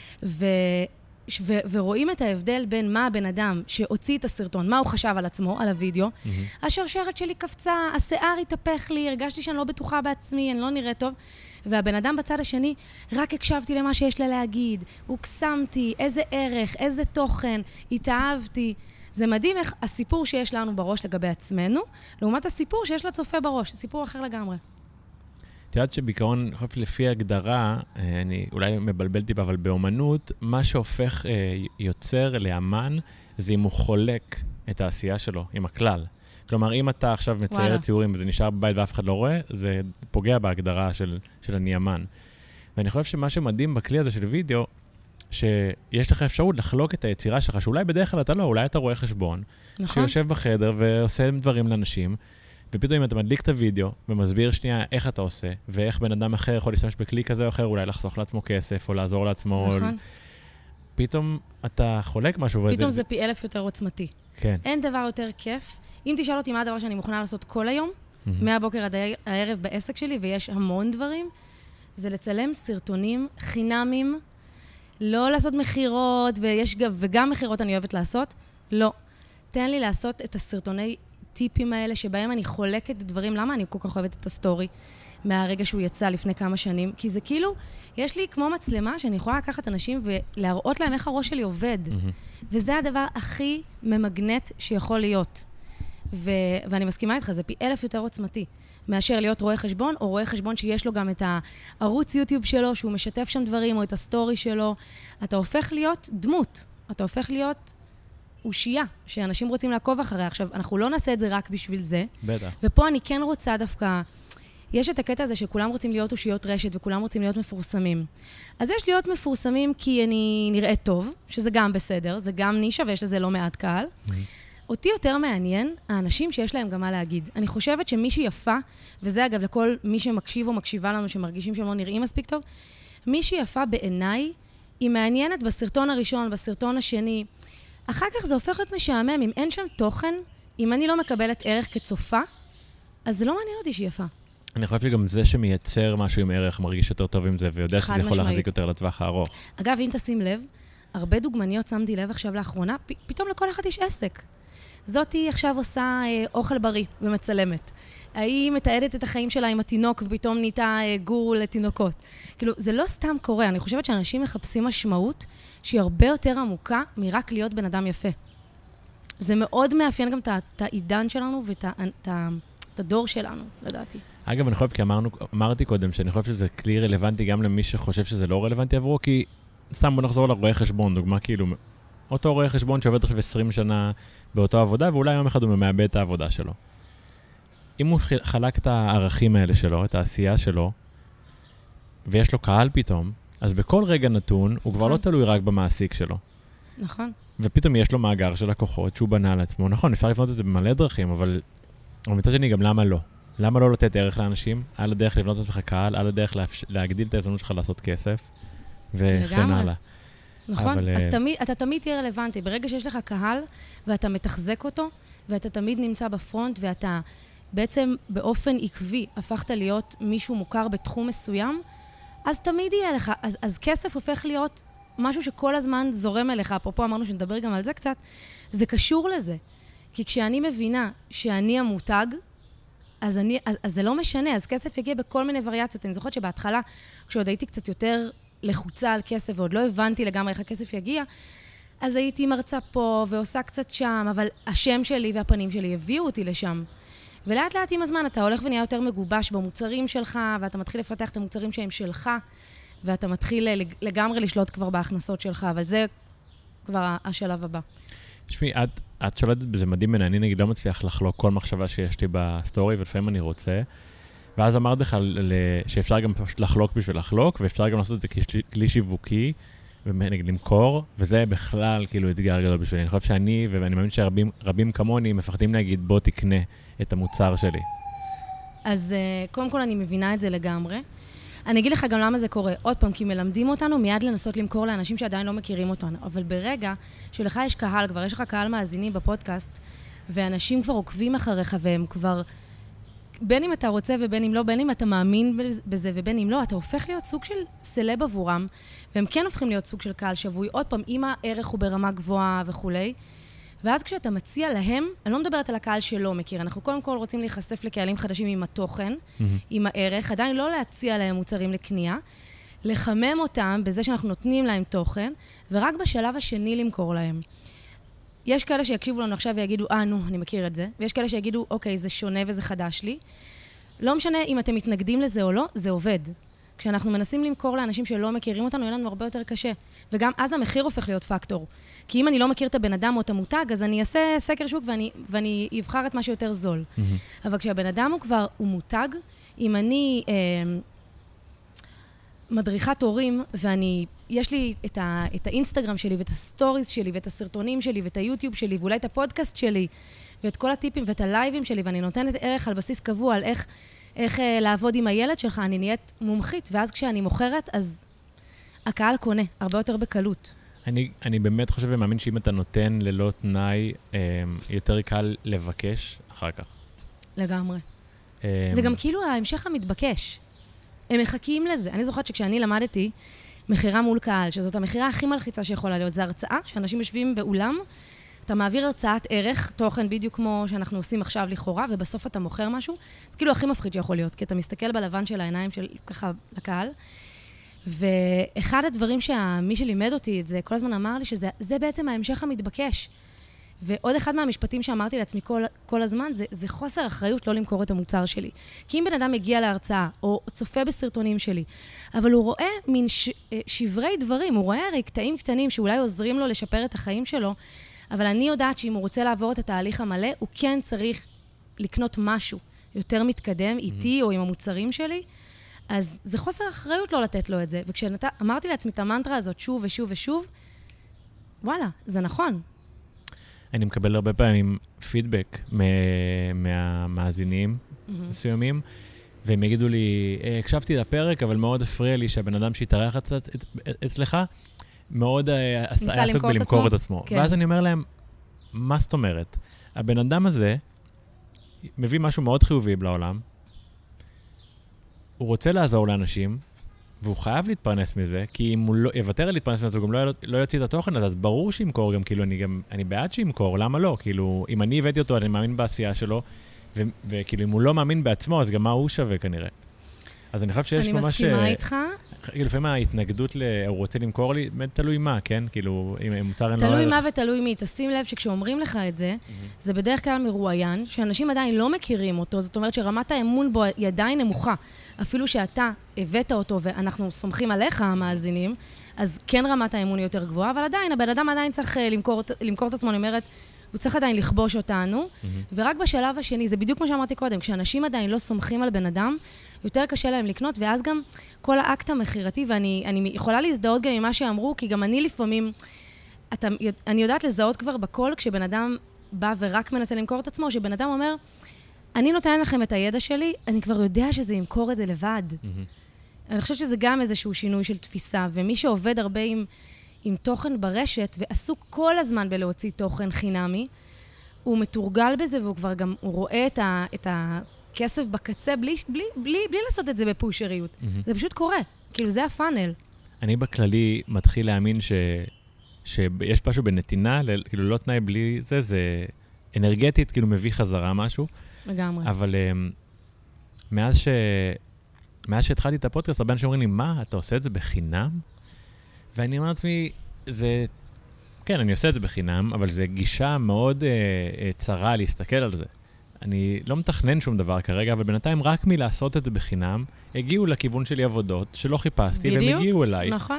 ורואים את ההבדל בין מה הבן אדם שהוציא את הסרטון, מה הוא חשב על עצמו, על הוידאו. השרשרת שלי קפצה, השיער התהפך לי, הרגשתי שאני לא בטוחה בעצמי, אני לא נראה טוב. והבן אדם בצד השני, רק הקשבתי למה שיש לה להגיד, הוקסמתי, איזה ערך, איזה תוכן, התאהבתי. זה מדהים איך הסיפור שיש לנו בראש לגבי עצמנו, לעומת הסיפור שיש לצופה בראש, זה סיפור אחר לגמרי. את יודעת שבעיקרון, לפי הגדרה, אני אולי מבלבל טיפה, אבל באומנות, מה שהופך יוצר לאמן, זה אם הוא חולק את העשייה שלו עם הכלל. כלומר, אם אתה עכשיו מצייר ציורים וזה נשאר בבית ואף אחד לא רואה, זה פוגע בהגדרה של אני אמן. ואני חושב שמה שמדהים בכלי הזה של וידאו, שיש לך אפשרות לחלוק את היצירה שלך, שאולי בדרך כלל אתה לא, אולי אתה רואה חשבון, שיושב בחדר ועושה דברים לאנשים, ופתאום אם אתה מדליק את הוידאו ומסביר שנייה איך אתה עושה, ואיך בן אדם אחר יכול להשתמש בכלי כזה או אחר, אולי לחסוך לעצמו כסף או לעזור לעצמו, נכון. פתאום אתה חולק משהו. פתאום זה פי 1000 יותר עוצמתי. כן. אין דבר יותר כיף. אם תשאל אותי מה הדבר שאני מוכנה לעשות כל היום, מהבוקר עד הערב בעסק שלי, ויש המון דברים, זה לצלם סרטונים חינמים, לא לעשות מחירות, וגם מחירות אני אוהבת לעשות, לא. תן לי לעשות את הסרטוני טיפים האלה, שבהם אני חולקת דברים, למה אני כל כך אוהבת את הסטורי, מהרגע שהוא יצא לפני כמה שנים, כי זה כאילו, יש לי כמו מצלמה שאני יכולה לקחת אנשים ולהראות להם איך הראש שלי עובד. וזה הדבר הכי ממגנט שיכול להיות. ואני מסכימה איתך, זה פי 1000 יותר עוצמתי, מאשר להיות רואה חשבון, או רואה חשבון שיש לו גם את הערוץ יוטיוב שלו, שהוא משתף שם דברים, או את הסטורי שלו. אתה הופך להיות דמות, אתה הופך להיות אושייה, שאנשים רוצים לעקוב אחריה. עכשיו, אנחנו לא נעשה את זה רק בשביל זה. בטח. ופה אני כן רוצה דווקא, יש את הקטע הזה שכולם רוצים להיות אושיות רשת, וכולם רוצים להיות מפורסמים. אז יש להיות מפורסמים כי אני נראית טוב, שזה גם בסדר, זה גם נישה, ויש לזה לא מעט קהל. אותי יותר מעניין, האנשים שיש להם גם מה להגיד. אני חושבת שמי שיפה, וזה אגב לכל מי שמקשיב או מקשיבה לנו, שמרגישים שהם לא נראים מספיק טוב, מי שיפה בעיניי, היא מעניינת בסרטון הראשון, בסרטון השני. אחר כך זה הופך להיות משעמם. אם אין שם תוכן, אם אני לא מקבלת ערך כצופה, אז זה לא מעניין אותי שהיא יפה. אני חושב שגם זה שמייצר משהו עם ערך, מרגיש יותר טוב עם זה, ויודע שזה יכול להחזיק יותר לטווח הארוך. אגב, אם תשים לב, הרבה דוגמניות שמתי לב עכשיו לאחרונה, פתאום לכל אחד יש עסק. זאתי עכשיו עושה אוכל בריא ומצלמת. היא מתעדת את החיים שלה עם התינוק, ופתאום נהייתה גור לתינוקות. כאילו, זה לא סתם קורה. אני חושבת שאנשים מחפשים משמעות שהיא הרבה יותר עמוקה מרק להיות בן אדם יפה. זה מאוד מאפיין גם את העידן שלנו ואת הדור שלנו, לדעתי. אגב, אני חושב, כי אמרתי קודם, שאני חושב שזה כלי רלוונטי גם למי שחושב שזה לא רלוונטי עבורו, כי סתם בוא נחזור לרואה חשבון, דוגמה כאילו, אותו רואה חשבון שעובד עכשיו 20 שנה באותו עבודה, ואולי יום אחד הוא מאבד את העבודה שלו. אם הוא חלק את הערכים האלה שלו, את העשייה שלו, ויש לו קהל פתאום, אז בכל רגע נתון, הוא כבר לא תלוי רק במעסיק שלו. נכון. ופתאום יש לו מאגר של לקוחות שהוא בנה על עצמו. נכון, אפשר לפנות את זה במלא דרכים, אבל מצד שני גם למה לא? למה לא לתת ערך לאנשים? על הדרך לבנות את עצמך קהל, על הדרך להגדיל את ההזדמנות שלך לעשות כסף, וכן הלאה. נכון, אז אתה תמיד תהיה רלוונטי. ברגע שיש לך קהל, ואתה מתחזק אותו, ואתה תמיד נמצא בפרונט, ואתה בעצם באופן עקבי הפכת להיות מישהו מוכר בתחום מסוים, אז תמיד יהיה לך. אז כסף הופך להיות משהו שכל הזמן זורם אליך. אפרופו אמרנו שנדבר גם על זה קצת, זה קשור לזה. כי כשאני מבינה שאני המותג, אז זה לא משנה, אז כסף יגיע בכל מיני וריאציות. אני זוכרת שבהתחלה, כשעוד הייתי קצת יותר לחוצה על כסף, ועוד לא הבנתי לגמרי איך הכסף יגיע, אז הייתי מרצה פה ועושה קצת שם, אבל השם שלי והפנים שלי הביאו אותי לשם. ולאט לאט עם הזמן אתה הולך ונהיה יותר מגובש במוצרים שלך, ואתה מתחיל לפתח את המוצרים שהם שלך, ואתה מתחיל לגמרי לשלוט כבר בהכנסות שלך, אבל זה כבר השלב הבא. תשמעי, את שולטת בזה מדהים ממני, אני נגיד לא מצליח לחלוק כל מחשבה שיש לי בסטורי, ולפעמים אני רוצה, ואז אמרת לך שאפשר גם לחלוק בשביל לחלוק, ואפשר גם לעשות את זה ככלי שיווקי, ונגיד למכור, וזה בכלל כאילו אתגר גדול בשבילי. אני חושב שאני, ואני מאמין שרבים כמוני, מפחדים להגיד, בוא תקנה את המוצר שלי. אז קודם כל אני מבינה את זה לגמרי. אני אגיד לך גם למה זה קורה. עוד פעם, כי מלמדים אותנו מיד לנסות למכור לאנשים שעדיין לא מכירים אותנו. אבל ברגע שלך יש קהל, כבר יש לך קהל מאזינים בפודקאסט, ואנשים כבר עוקבים אחריך, והם כבר, בין אם אתה רוצה ובין אם לא, בין אם אתה מאמין בזה ובין אם לא, אתה הופך להיות סוג של סלב עבורם, והם כן הופכים להיות סוג של קהל שבוי. עוד פעם, אם הערך הוא ברמה גבוהה וכולי, ואז כשאתה מציע להם, אני לא מדברת על הקהל שלא מכיר, אנחנו קודם כל רוצים להיחשף לקהלים חדשים עם התוכן, עם הערך, עדיין לא להציע להם מוצרים לקנייה, לחמם אותם בזה שאנחנו נותנים להם תוכן, ורק בשלב השני למכור להם. יש כאלה שיקשיבו לנו עכשיו ויגידו, נו, אני מכיר את זה, ויש כאלה שיגידו, אוקיי, זה שונה וזה חדש לי. לא משנה אם אתם מתנגדים לזה או לא, זה עובד. כשאנחנו מנסים למכור לאנשים שלא מכירים אותנו, יהיה לנו הרבה יותר קשה. וגם אז המחיר הופך להיות פקטור. כי אם אני לא מכיר את הבן אדם או את המותג, אז אני אעשה סקר שוק ואני אבחר את מה שיותר זול. אבל כשהבן אדם הוא מותג, אם אני מדריכת הורים, יש לי את האינסטגרם שלי, ואת הסטוריז שלי, ואת הסרטונים שלי, ואת היוטיוב שלי, ואולי את הפודקאסט שלי, ואת כל הטיפים, ואת הלייבים שלי, ואני נותנת ערך על בסיס קבוע, על איך לעבוד עם הילד שלך, אני נהיית מומחית, ואז כשאני מוכרת, אז הקהל קונה, הרבה יותר בקלות. אני באמת חושב ומאמין שאם אתה נותן ללא תנאי, יותר קל לבקש אחר כך. לגמרי. זה גם כאילו ההמשך המתבקש. הם מחכים לזה. אני זוכרת שכשאני למדתי מחירה מול קהל, שזאת המחירה הכי מלחיצה שיכולה להיות, זה הרצאה, שאנשים יושבים באולם, אתה מעביר הרצאת ערך, תוכן בדיוק כמו שאנחנו עושים עכשיו לכאורה, ובסוף אתה מוכר משהו, זה כאילו הכי מפחיד שיכול להיות, כי אתה מסתכל בלבן של העיניים של ככה לקהל, ואחד הדברים שמי שלימד אותי את זה, כל הזמן אמר לי שזה בעצם ההמשך המתבקש. ועוד אחד מהמשפטים שאמרתי לעצמי כל הזמן, זה חוסר אחריות לא למכור את המוצר שלי. כי אם בן אדם מגיע להרצאה, או צופה בסרטונים שלי, אבל הוא רואה מין שברי דברים, הוא רואה הרי קטעים קטנים שאולי עוזרים לו לשפר את החיים שלו, אבל אני יודעת שאם הוא רוצה לעבור את התהליך המלא, הוא כן צריך לקנות משהו יותר מתקדם איתי או עם המוצרים שלי, אז זה חוסר אחריות לא לתת לו את זה. וכשאמרתי לעצמי את המנטרה הזאת שוב ושוב ושוב, וואלה, זה נכון. אני מקבל הרבה פעמים פידבק מהמאזינים מסוימים, והם יגידו לי, הקשבתי לפרק, אבל מאוד הפריע לי שהבן אדם שהתארח אצלך, מאוד היה עסוק בלמכור את עצמו. ואז אני אומר להם, מה זאת אומרת? הבן אדם הזה מביא משהו מאוד חיובי לעולם, הוא רוצה לעזור לאנשים, והוא חייב להתפרנס מזה, כי אם הוא לא יוותר על להתפרנס מזה, הוא גם לא יוציא את התוכן הזה, אז ברור שימכור גם, כאילו, אני בעד שימכור, למה לא? כאילו, אם אני הבאתי אותו, אני מאמין בעשייה שלו, וכאילו, אם הוא לא מאמין בעצמו, אז גם מה הוא שווה כנראה. אז אני חושב שיש ממש... אני מסכימה איתך. לפעמים ההתנגדות, הוא רוצה למכור לי, תלוי מה, כן? כאילו, אם מוצר אין לו... תלוי מה ותלוי מי. תשים לב שכשאומרים לך את זה, זה בדרך כלל מרואיין, שאנשים עדיין לא מכירים אותו, זאת אומרת שרמת האמון בו היא עדיין נמוכה. אפילו שאתה הבאת אותו ואנחנו סומכים עליך, המאזינים, אז כן רמת האמון היא יותר גבוהה, אבל עדיין, הבן אדם עדיין צריך למכור את עצמו, אני אומרת, הוא צריך עדיין לכבוש אותנו, ורק בשלב השני, זה בדיוק מה שאמרתי קודם, כשאנשים עדיין לא סומכים על בן אדם, יותר קשה להם לקנות, ואז גם כל האקט המחירתי, ואני יכולה להזדהות גם עם מה שאמרו, כי גם אני לפעמים, אני יודעת לזהות כבר בכל, כשבן אדם בא ורק מנסה למכור את עצמו, שבן אדם אומר, אני נותן לכם את הידע שלי, אני כבר יודע שזה ימכור את זה לבד. אני חושבת שזה גם איזשהו שינוי של תפיסה, ומי שעובד הרבה עם תוכן ברשת, ועסוק כל הזמן בלהוציא תוכן חינמי, הוא מתורגל בזה, והוא כבר גם, הוא רואה את הכסף בקצה, בלי לעשות את זה בפושריות. זה פשוט קורה. כאילו, זה הפאנל. אני בכללי מתחיל להאמין שיש משהו בנתינה, כאילו לא תנאי בלי זה, זה אנרגטית, כאילו מביא חזרה משהו. לגמרי. אבל מאז שהתחלתי את הפודקאסט, הרבה אנשים אומרים לי, מה, אתה עושה את זה בחינם? ואני אומר לעצמי, כן, אני עושה את זה בחינם, אבל זה גישה מאוד צרה להסתכל על זה. אני לא מתכנן שום דבר כרגע, אבל בינתיים רק מלעשות את זה בחינם, הגיעו לכיוון שלי עבודות שלא חיפשתי, והם הגיעו אליי. נכון.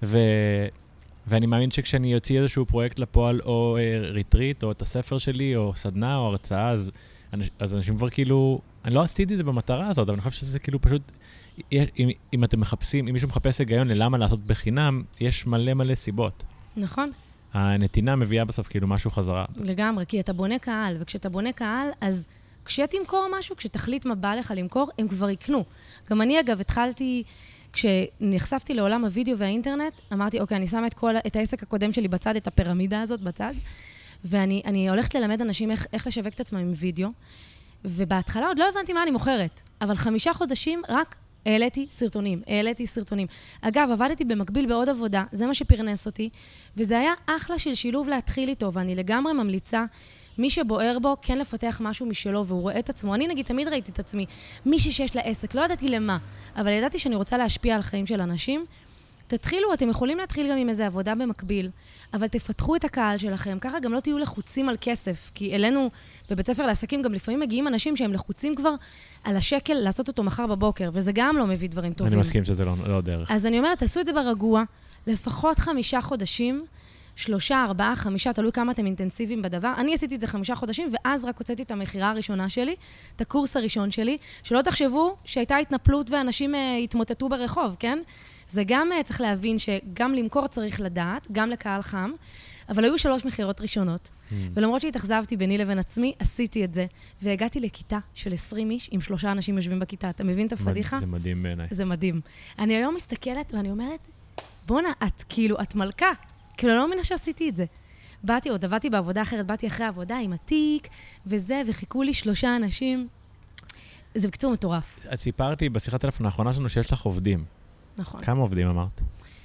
ואני מאמין שכשאני יוציא איזשהו פרויקט לפועל, או ריטריט, או את הספר שלי, או סדנה, או הרצאה, אז אנשים כבר כאילו, אני לא עשיתי את זה במטרה הזאת, אבל אני חושב שזה כאילו פשוט, אם אתם מחפשים, אם מישהו מחפש היגיון ללמה לעשות בחינם, יש מלא סיבות. נכון. הנתינה מביאה בסוף כאילו משהו חזרה. לגמרי, כי אתה בונה קהל, וכשאתה בונה קהל, אז כשתמכור משהו, כשתחליט מה בא לך למכור, הם כבר יקנו. גם אני, אגב, התחלתי, כשנחשפתי לעולם הוידאו והאינטרנט, אמרתי, אוקיי, אני שמה את העסק הקודם שלי בצד, את הפירמידה הזאת בצד, ואני הולכת ללמד אנשים איך לשווק את עצמם עם וידאו, ובהתחלה עוד לא הבנתי מה אני מוכרת, אבל 5 חודשים רק העליתי סרטונים. אגב, עבדתי במקביל בעוד עבודה, זה מה שפרנס אותי, וזה היה אחלה של שילוב להתחיל איתו, ואני לגמרי ממליצה, מי שבוער בו, כן לפתח משהו משלו, והוא רואה את עצמו. אני נגיד, תמיד ראיתי את עצמי, מישהי שיש לה עסק, לא ידעתי למה, אבל ידעתי שאני רוצה להשפיע על חיים של אנשים. תתחילו, אתם יכולים להתחיל גם עם איזו עבודה במקביל, אבל תפתחו את הקהל שלכם, ככה גם לא תהיו לחוצים על כסף, כי אלינו בבית ספר לעסקים גם לפעמים מגיעים אנשים שהם לחוצים כבר על השקל לעשות אותו מחר בבוקר, וזה גם לא מביא דברים טובים. אני מסכים שזה לא דרך. אז אני אומרת, תעשו את זה ברגוע, לפחות 5 חודשים, 3, 4, 5, תלוי כמה אתם אינטנסיביים בדבר. אני עשיתי את זה 5 חודשים, ואז רק הוצאתי את המחירה הראשונה שלי, את הקורס הראשון שלי, שלא תחשבו שהייתה התנפלות ואנשים התמוטטו ברחוב, כן? זה גם צריך להבין שגם למכור צריך לדעת, גם לקהל חם, אבל היו 3 מחירות ראשונות. ולמרות שהתאכזבתי ביני לבין עצמי, עשיתי את זה, והגעתי לכיתה של 20 איש, עם 3 אנשים יושבים בכיתה. אתה מבין את הפדיחה? זה מדהים בעיניי. זה מדהים. אני היום מסתכלת ואני אומרת, בונה, את מלכה. כאילו, לא מבינה שעשיתי את זה. עבדתי בעבודה אחרת, באתי אחרי העבודה עם התיק, וזה, וחיכו לי 3 אנשים. זה בקצור מטורף. את סיפרתי בשיחת טלפון האחרונה שלנו שיש לך עובדים. נכון. כמה עובדים אמרת?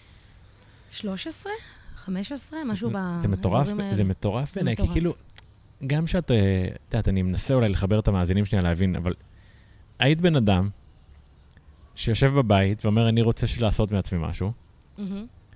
13? 15? משהו זה מטורף בעיניי, כי כאילו, גם שאת, יודעת, אני מנסה אולי לחבר את המאזינים שנייה להבין, אבל היית בן אדם שיושב בבית ואומר, אני רוצה לעשות מעצמי משהו,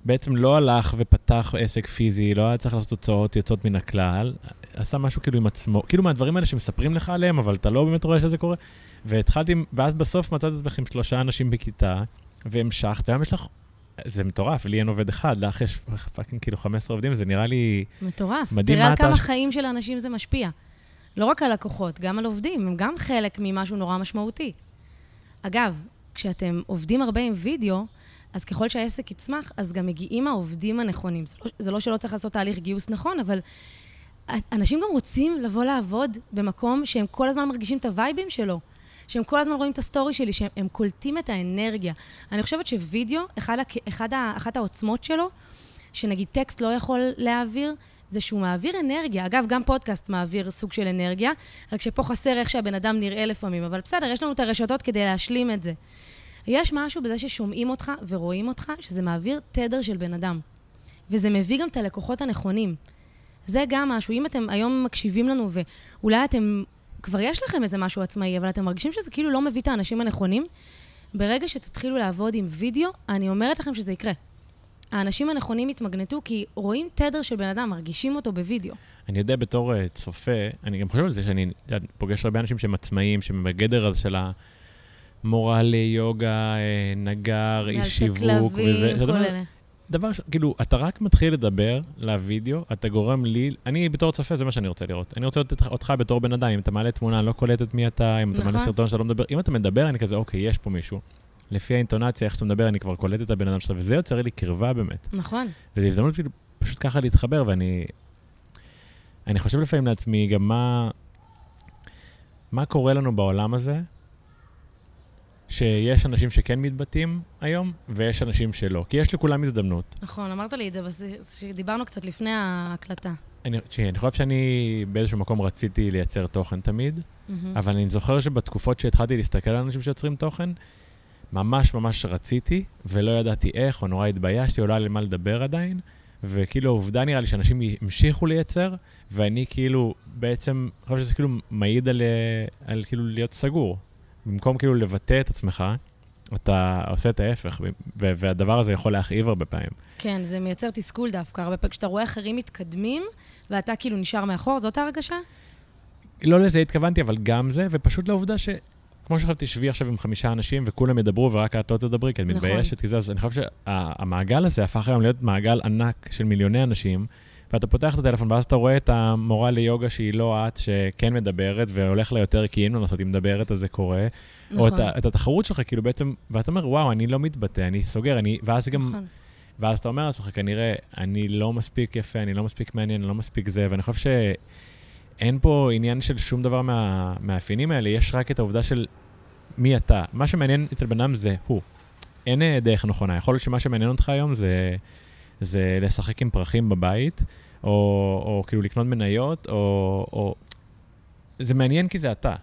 בעצם לא הלך ופתח עסק פיזי, לא היה צריך לעשות תוצאות יוצאות מן הכלל, עשה משהו כאילו עם עצמו, כאילו מהדברים האלה שמספרים לך עליהם, אבל אתה לא באמת רואה שזה קורה. והתחלתי, ואז בסוף מצאת את עצמך עם 3 אנשים בכיתה, והמשכת, והיום יש לך, זה מטורף, לי אין עובד אחד, לך יש פאקינג כאילו 15 עובדים, זה נראה לי מטורף. מדהים. תראה על כמה חיים של האנשים זה משפיע. לא רק על לקוחות, גם על עובדים, הם גם חלק ממשהו נורא משמעותי. אגב, כשאתם עובדים הרבה עם וידאו, אז ככל שהעסק יצמח, אז גם מגיעים העובדים הנכונים. זה לא שלא צריך לעשות תהליך גיוס נכון, אבל אנשים גם רוצים לבוא לעבוד במקום שהם כל הזמן מרגישים את הווייבים שלו, שהם כל הזמן רואים את הסטורי שלי, שהם קולטים את האנרגיה. אני חושבת שווידאו, אחת העוצמות שלו, שנגיד טקסט לא יכול להעביר, זה שהוא מעביר אנרגיה. אגב, גם פודקאסט מעביר סוג של אנרגיה, רק שפה חסר איך שהבן אדם נראה לפעמים, אבל בסדר, יש לנו את הרשתות כדי להשלים את זה. יש משהו בזה ששומעים אותך ורואים אותך, שזה מעביר תדר של בן אדם. וזה מביא גם את הלקוחות הנכונים. זה גם משהו, אם אתם היום מקשיבים לנו, ואולי אתם, כבר יש לכם איזה משהו עצמאי, אבל אתם מרגישים שזה כאילו לא מביא את האנשים הנכונים, ברגע שתתחילו לעבוד עם וידאו, אני אומרת לכם שזה יקרה. האנשים הנכונים יתמגנטו, כי רואים תדר של בן אדם, מרגישים אותו בווידאו. אני יודע בתור צופה, אני גם חושב על זה שאני פוגש הרבה אנשים שהם עצמאיים, שהם בגדר הזה של המורל, יוגה, נגר, איש שיווק, וזה. כל אלה. דבר כאילו, אתה רק מתחיל לדבר לוידאו, אתה גורם לי, אני בתור צופה, זה מה שאני רוצה לראות. אני רוצה לראות אותך בתור בן אדם, אם אתה מעלה תמונה, אני לא קולטת מי אתה, אם אתה מעלה סרטון שאתה לא מדבר, אם אתה מדבר, אני כזה, אוקיי, יש פה מישהו. לפי האינטונציה, איך שאתה מדבר, אני כבר קולט את הבן אדם שלך, וזה יוצר לי קרבה באמת. נכון. וזו הזדמנות פשוט ככה להתחבר, אני חושב לפעמים לעצמי גם מה קורה לנו בעולם הזה, שיש אנשים שכן מתבטאים היום, ויש אנשים שלא. כי יש לכולם הזדמנות. נכון, אמרת לי את זה, שדיברנו קצת לפני ההקלטה. אני חושב שאני באיזשהו מקום רציתי לייצר תוכן תמיד, אבל אני זוכר שבתקופות שהתחלתי להסתכל על אנשים שיוצרים תוכן, ממש ממש רציתי, ולא ידעתי איך, או נורא התביישתי, או לא היה לי מה לדבר עדיין, וכאילו העובדה נראה לי שאנשים המשיכו לייצר, ואני כאילו בעצם, אני חושב שזה כאילו מעיד על כאילו להיות סגור. במקום כאילו לבטא את עצמך, אתה עושה את ההפך, והדבר הזה יכול להכאיב הרבה פעמים. כן, זה מייצר תסכול דווקא, הרבה פעמים כשאתה רואה אחרים מתקדמים, ואתה כאילו נשאר מאחור, זאת ההרגשה? לא לזה התכוונתי, אבל גם זה, ופשוט לעובדה כמו שחשבתי, שבי עכשיו עם 5 אנשים, וכולם ידברו, ורק את לא תדברי, כי את מתביישת, כי זה, אז אני חושב שהמעגל הזה הפך היום להיות מעגל ענק של מיליוני אנשים, ואתה פותח את הטלפון, ואז אתה רואה את המורה ליוגה שהיא לא את, שכן מדברת, והולך לה יותר כאילו לעשות, היא מדברת, אז זה קורה. או את התחרות שלך, כאילו בעצם, ואתה אומר, וואו, אני לא מתבטא, אני סוגר, ואז גם, ואז אתה אומר לעצמך, כנראה, אני לא מספיק יפה, אני לא מספיק מעניין, אני לא מספיק זה, ואני חושב שאין פה עניין של שום דבר מהמאפיינים האלה, יש רק את העובדה של מי אתה. מה שמעניין אצל בן אדם זה הוא. אין דרך נכונה. יכול להיות שמה שמעניין אותך היום זה לשחק עם פרחים בבית, או כאילו לקנות מניות, או זה מעניין כי זה אתה,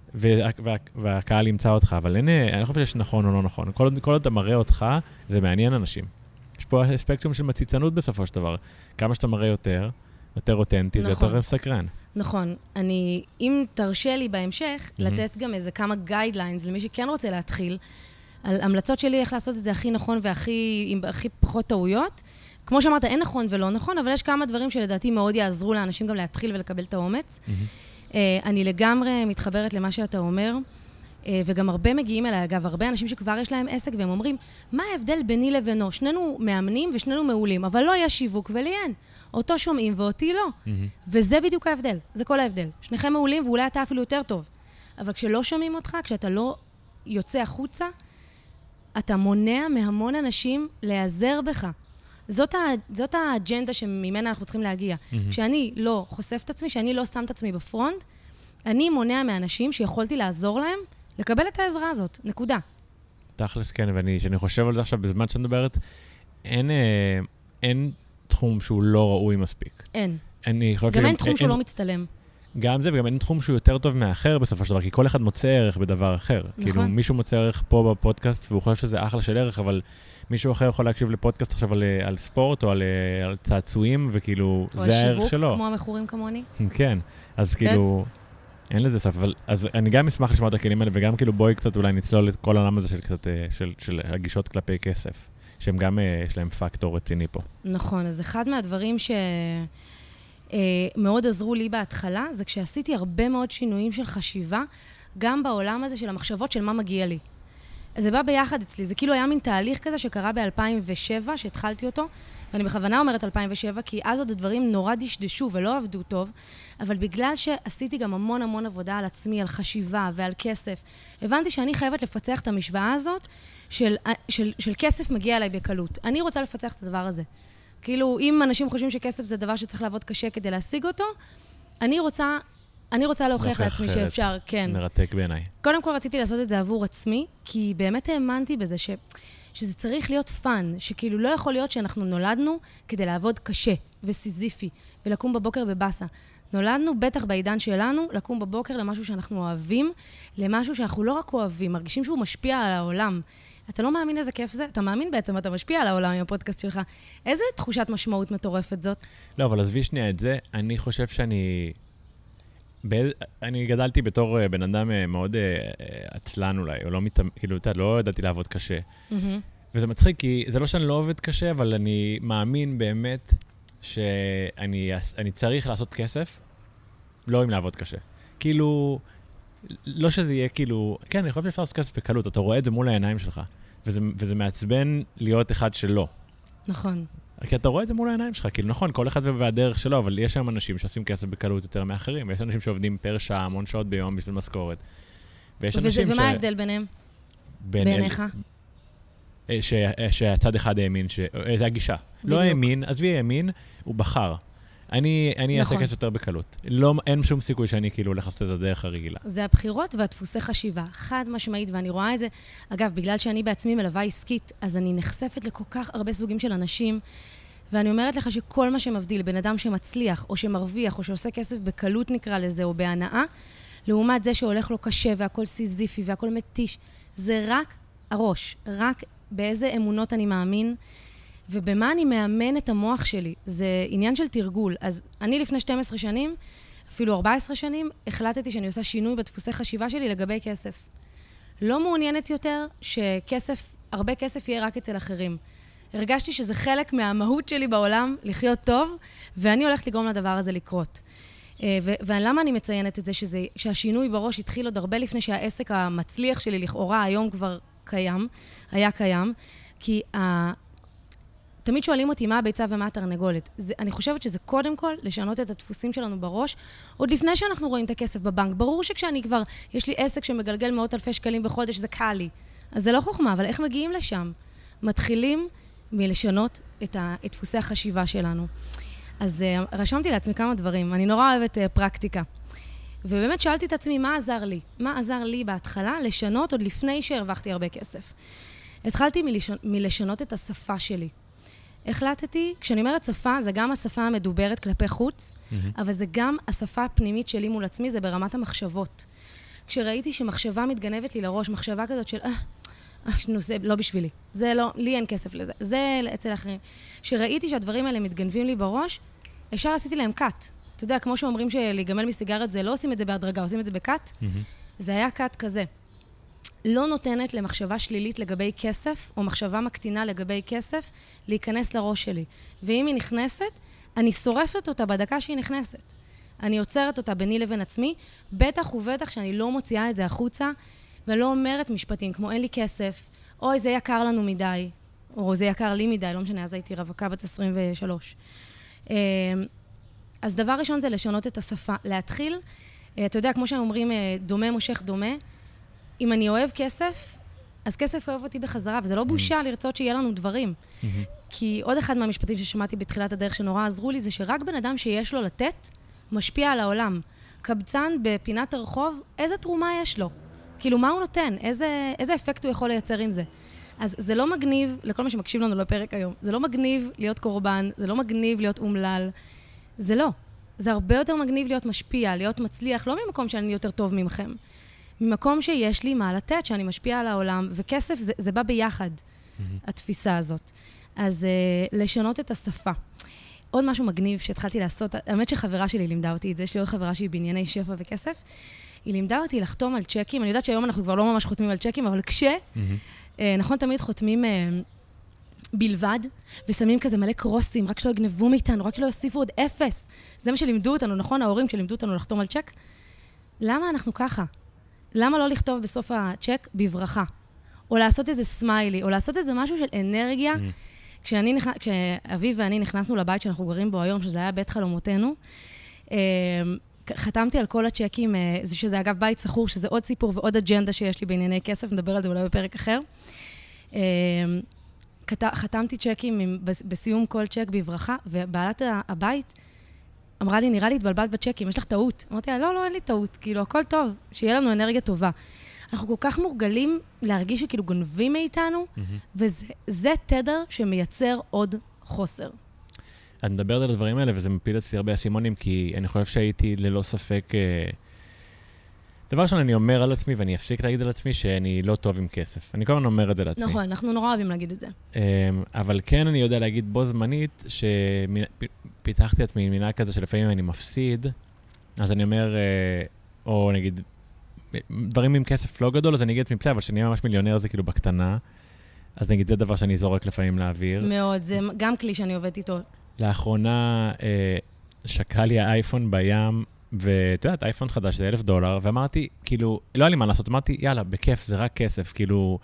והקהל ימצא אותך, אבל אני חושב שיש נכון או לא נכון. כל עוד אתה מראה אותך, זה מעניין אנשים. יש פה ספקטרום של מציצנות בסופו של דבר. כמה שאתה מראה יותר אותנטי, זה יותר סקרן. נכון. אם תרשה לי בהמשך, לתת גם איזה כמה גיידליינס למי שכן רוצה להתחיל, על המלצות שלי איך לעשות את זה הכי נכון עם הכי פחות טעויות. כמו שאמרת, אין נכון ולא נכון, אבל יש כמה דברים שלדעתי מאוד יעזרו לאנשים גם להתחיל ולקבל את האומץ. אני לגמרי מתחברת למה שאתה אומר, וגם הרבה מגיעים אליי, אגב, הרבה אנשים שכבר יש להם עסק, והם אומרים, מה ההבדל ביני לבינו? שנינו מאמנים ושנינו מעולים, אבל לא יש שיווק ולי אין. אותו שומעים ואותי לא. וזה בדיוק ההבדל, זה כל ההבדל. שניכם מעולים ואולי אתה אפילו יותר טוב. אבל כשלא שומעים אותך, כשאתה לא יוצא החוצה, אתה מונע מהמון אנשים להיעזר בך. זאת האג'נדה שממנה אנחנו צריכים להגיע. כשאני לא חושף את עצמי, כשאני לא שם את עצמי בפרונט, אני מונע מאנשים שיכולתי לעזור להם לקבל את העזרה הזאת. נקודה. תכלס, כן, ואני חושב על זה עכשיו בזמן שאת מדברת, אין תחום שהוא לא ראוי מספיק. אין. גם אין תחום שהוא לא מצטלם. גם זה, וגם אין תחום שהוא יותר טוב מאחר בסופו של דבר, כי כל אחד מוצא ערך בדבר אחר. נכון. כאילו, מישהו מוצא ערך פה בפודקאסט, והוא חושב שזה אחלה של ערך, אבל מישהו אחר יכול להקשיב לפודקאסט עכשיו על ספורט, או על צעצועים, וכאילו, זה הערך שלו. או על שיווק, כמו המכורים כמוני. כן, אז כאילו, אין לזה סף, אבל, אז אני גם אשמח לשמוע את הכלים האלה, וגם כאילו בואי קצת אולי נצלול את כל העולם הזה של הגישות כלפי כסף. שהם גם, יש להם פקטור רציני פה. נכון, אז אחד מהדברים שמאוד עזרו לי בהתחלה, זה כשעשיתי הרבה מאוד שינויים של חשיבה, גם בעולם הזה של המחשבות של מה מגיע לי. אז זה בא ביחד אצלי, זה כאילו היה מין תהליך כזה שקרה ב-2007, שהתחלתי אותו, ואני בכוונה אומרת 2007, כי אז עוד הדברים נורא דשדשו ולא עבדו טוב, אבל בגלל שעשיתי גם המון המון עבודה על עצמי, על חשיבה ועל כסף, הבנתי שאני חייבת לפצח את המשוואה הזאת של כסף מגיע אליי בקלות. אני רוצה לפצח את הדבר הזה. כאילו, אם אנשים חושבים שכסף זה דבר שצריך לעבוד קשה כדי להשיג אותו, אני רוצה להוכיח לעצמי שאפשר, כן. מרתק בעיניי. קודם כל רציתי לעשות את זה עבור עצמי, כי באמת האמנתי בזה שזה צריך להיות פאן, שכאילו לא יכול להיות שאנחנו נולדנו כדי לעבוד קשה וסיזיפי, ולקום בבוקר בבאסה. נולדנו, בטח בעידן שלנו, לקום בבוקר למשהו שאנחנו אוהבים, למשהו שאנחנו לא רק אוהבים, מרגישים שהוא משפיע על העולם. אתה לא מאמין איזה כיף זה? אתה מאמין בעצם, אתה משפיע על העולם עם הפודקאסט שלך. איזה תחושת משמעות מטורפת זאת? לא, אבל עזבי שנייה את זה, אני חושב אני גדלתי בתור בן אדם מאוד עצלן אולי, או כאילו, לא ידעתי לעבוד קשה. וזה מצחיק, כי זה לא שאני לא עובד קשה, אבל אני מאמין באמת שאני צריך לעשות כסף, לא אם לעבוד קשה. כאילו, לא שזה יהיה כאילו, כן, אני חושב שאפשר לעשות כסף בקלות, אתה רואה את זה מול העיניים שלך, וזה מעצבן להיות אחד שלא. נכון. כי אתה רואה את זה מול העיניים שלך, כאילו נכון, כל אחד והדרך שלו, אבל יש שם אנשים שעושים כסף בקלות יותר מאחרים, ויש אנשים שעובדים פר שעה, המון שעות ביום בשביל משכורת. ומה ההבדל ביניהם? בעיניך? שהצד אחד האמין, זה הגישה. לא האמין, עזבי האמין, הוא בחר. אני אעשה כסף יותר בקלות. אין שום סיכוי שאני כאילו הולך לעשות את הדרך הרגילה. זה הבחירות והדפוסי חשיבה, חד משמעית, ואני רואה את זה. אגב, בגלל שאני בעצמי מלווה עסקית, אז אני נחשפת לכל כך הרבה סוגים של אנשים, ואני אומרת לך שכל מה שמבדיל בן אדם שמצליח, או שמרוויח, או שעושה כסף בקלות נקרא לזה, או בהנאה, לעומת זה שהולך לו קשה והכל סיזיפי והכל מתיש, זה רק הראש, רק באיזה אמונות אני מאמין, ובמה אני מאמן את המוח שלי. זה עניין של תרגול. אז אני לפני 12 שנים, אפילו 14 שנים, החלטתי שאני עושה שינוי בדפוסי חשיבה שלי לגבי כסף. לא מעוניינת יותר שכסף, הרבה כסף יהיה רק אצל אחרים. הרגשתי שזה חלק מהמהות שלי בעולם, לחיות טוב, ואני הולכת לגרום לדבר הזה לקרות. ולמה אני מציינת את זה? שהשינוי בראש התחיל עוד הרבה לפני שהעסק המצליח שלי לכאורה היום כבר היה קיים, כי תמיד שואלים אותי מה הביצה ומה התרנגולת. אני חושבת שזה קודם כל לשנות את הדפוסים שלנו בראש, עוד לפני שאנחנו רואים את הכסף בבנק. ברור שכשאני כבר, יש לי עסק שמגלגל מאות אלפי שקלים בחודש, זה קל לי. אז זה לא חוכמה, אבל איך מגיעים לשם? מתחילים מלשנות את דפוסי החשיבה שלנו. אז רשמתי לעצמי כמה דברים. אני נורא אוהבת פרקטיקה. ובאמת שאלתי את עצמי מה עזר לי. מה עזר לי בהתחלה לשנות עוד לפני שהרווחתי הרבה כסף. התחלתי מלשנות את השפה שלי. החלטתי, כשאני אומרת שפה, זה גם השפה המדוברת כלפי חוץ, אבל זה גם השפה הפנימית שלי מול עצמי, זה ברמת המחשבות. כשראיתי שמחשבה מתגנבת לי לראש, מחשבה כזאת של, זה לא בשבילי, זה לא, לי אין כסף לזה, זה אצל אחרים. כשראיתי שהדברים האלה מתגנבים לי בראש, ישר עשיתי להם קאט. אתה יודע, כמו שאומרים שלהיגמל מסיגרת זה, לא עושים את זה בהדרגה, עושים את זה בקאט. זה היה קאט כזה. לא נותנת למחשבה שלילית לגבי כסף, או מחשבה מקטינה לגבי כסף, להיכנס לראש שלי. ואם היא נכנסת, אני שורפת אותה בדקה שהיא נכנסת. אני עוצרת אותה ביני לבין עצמי, בטח ובטח שאני לא מוציאה את זה החוצה, ולא אומרת משפטים כמו אין לי כסף, או זה יקר לנו מדי, או זה יקר לי מדי, לא משנה, אז הייתי רווקה בת 23. אז דבר ראשון זה לשנות את השפה. להתחיל, אתה יודע, כמו שאומרים, דומה מושך דומה, אם אני אוהב כסף, אז כסף אוהב אותי בחזרה, וזה לא בושה לרצות שיהיה לנו דברים. כי עוד אחד מהמשפטים ששמעתי בתחילת הדרך שנורא עזרו לי, זה שרק בן אדם שיש לו לתת, משפיע על העולם. קבצן בפינת הרחוב, איזה תרומה יש לו? כאילו, מה הוא נותן? איזה אפקט הוא יכול לייצר עם זה? אז זה לא מגניב, לכל מה שמקשיב לנו לפרק היום, זה לא מגניב להיות קורבן, זה לא מגניב להיות אומלל, זה לא. זה הרבה יותר מגניב להיות משפיע, להיות מצליח, לא ממקום שאני יותר טוב ממכם. ממקום שיש לי מה לתת, שאני משפיע על העולם, וכסף זה בא ביחד, התפיסה הזאת. אז לשנות את השפה. עוד משהו מגניב שהתחלתי לעשות, האמת שחברה שלי לימדה אותי את זה, יש לי עוד חברה שהיא בענייני שפע וכסף, היא לימדה אותי לחתום על צ'קים, אני יודעת שהיום אנחנו כבר לא ממש חותמים על צ'קים, אבל נכון, תמיד חותמים בלבד, ושמים כזה מלא קרוסים, רק שלא יגנבו מאיתנו, רק שלא יוסיפו עוד 0. זה מה שלימדו אותנו, נכון? ההורים שלימדו אותנו לחתום על צ'ק. למה אנחנו ככה? למה לא לכתוב בסוף הצ'ק בברכה? או לעשות איזה סמיילי, או לעשות איזה משהו של אנרגיה. כשאביב ואני נכנסנו לבית שאנחנו גרים בו היום, שזה היה בית חלומותינו, חתמתי על כל הצ'קים, שזה אגב בית סחור, שזה עוד סיפור ועוד אג'נדה שיש לי בענייני כסף, נדבר על זה אולי בפרק אחר. חתמתי צ'קים בסיום כל צ'ק בברכה, ובעלת הבית אמרה לי, נראה לי התבלבלת בצ'קים, יש לך טעות. אמרתי לה, לא, אין לי טעות, כאילו, הכל טוב, שיהיה לנו אנרגיה טובה. אנחנו כל כך מורגלים להרגיש שכאילו גונבים מאיתנו, וזה תדר שמייצר עוד חוסר. את מדברת על הדברים האלה, וזה מפיל אצלי הרבה אסימונים, כי אני חושב שהייתי ללא ספק... דבר ראשון, אני אומר על עצמי, ואני אפסיק להגיד על עצמי, שאני לא טוב עם כסף. אני כל הזמן אומר את זה לעצמי. נכון, אנחנו נורא אוהבים להגיד את זה. אבל כן אני יודע להגיד בו זמנית, שפיתחתי עצמי מילה כזה שלפעמים אני מפסיד, אז אני אומר, או נגיד, דברים עם כסף לא גדול, אז אני אגיד את מבצע, אבל שאני ממש מיליונר זה כאילו בקטנה, אז נגיד, זה דבר שאני זורק לפעמים לאוויר. מאוד, זה גם כלי שאני עובדת איתו. לאחרונה שקע לי האייפון בים, ואתה יודעת, אייפון חדש זה $1,000, ואמרתי, כאילו, לא היה לי מה לעשות, אמרתי, יאללה, בכיף, זה רק כסף, כאילו,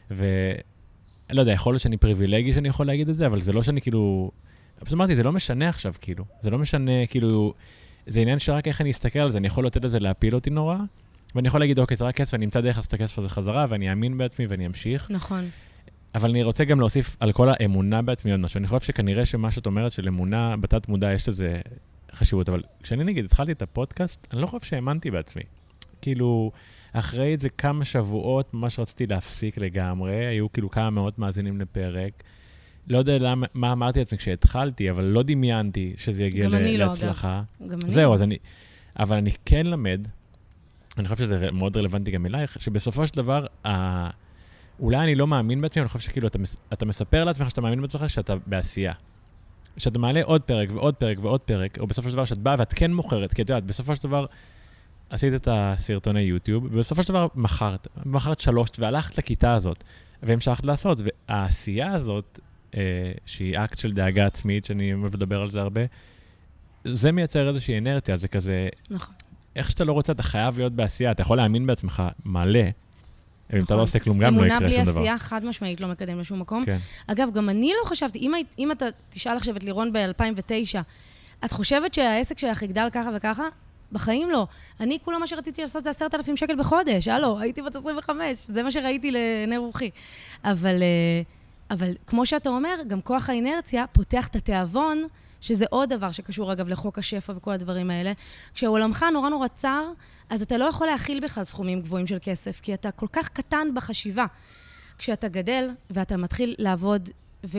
לא יודע, יכול להיות שאני פריבילגי שאני יכול להגיד את זה, אבל זה לא שאני כאילו, פשוט אמרתי, זה לא משנה עכשיו, כאילו, זה לא משנה, כאילו, זה עניין שרק איך אני אסתכל על זה, אני יכול לתת את זה להפיל אותי נורא, ואני יכול להגיד, אוקיי, זה רק כסף, ואני אמצא דרך לעשות את הכסף הזה חזרה, ואני אאמין בעצמי ואני אמשיך. נכון. אבל אני רוצה גם להוסיף על כל האמונה בעצמי עוד משהו. אני חושב שכנראה שמה שאת אומרת של אמונה, בתת מודע יש לזה חשיבות, אבל כשאני נגיד התחלתי את הפודקאסט, אני לא חושב שהאמנתי בעצמי. כאילו, אחרי את זה כמה שבועות, ממש רציתי להפסיק לגמרי, היו כאילו כמה מאות מאזינים לפרק. לא יודע מה אמרתי לעצמי כשהתחלתי, אבל לא דמיינתי שזה יגיע להצלחה. גם אני זהו, אז אבל אני כן למד, אני חושב שזה מאוד רלוונטי גם אלייך, שבסופו של דבר, אולי אני לא מאמין בעצמי, אני חושב שכאילו אתה מספר לעצמך שאתה מאמין בעצמך שאתה בעשייה. שאתה מעלה עוד פרק ועוד פרק ועוד פרק, או בסופו של דבר שאת באה ואת כן מוכרת, כי את יודעת, בסופו של דבר עשית את הסרטוני יוטיוב, ובסופו של דבר מכרת 3 והלכת לכיתה הזאת, והמשכת לעשות, והעשייה הזאת, שהיא אקט של דאגה עצמית, שאני מדבר על זה הרבה, זה מייצר איזושהי אנרציה, זה כזה, נכון. איך שאתה לא רוצה, אתה חייב להיות בעשייה, אתה יכול להאמין בעצמך מלא, אם אתה לא עושה כלום, גם לא יקרה שום דבר. אמונה בלי עשייה חד משמעית לא מקדם לשום מקום. כן. אגב, גם אני לא חשבתי, אם אתה תשאל עכשיו את לירון ב-2009, את חושבת שהעסק שלך יגדל ככה וככה? בחיים לא. אני, כולה מה שרציתי לעשות זה 10,000 שקל בחודש. הלו, הייתי בת 25, זה מה שראיתי לעיני רוחי. אבל כמו שאתה אומר, גם כוח האינרציה פותח את התיאבון, שזה עוד דבר שקשור, אגב, לחוק השפע וכל הדברים האלה. כשעולמך נורא נורא צר, אז אתה לא יכול להכיל בכלל סכומים גבוהים של כסף, כי אתה כל כך קטן בחשיבה. כשאתה גדל ואתה מתחיל לעבוד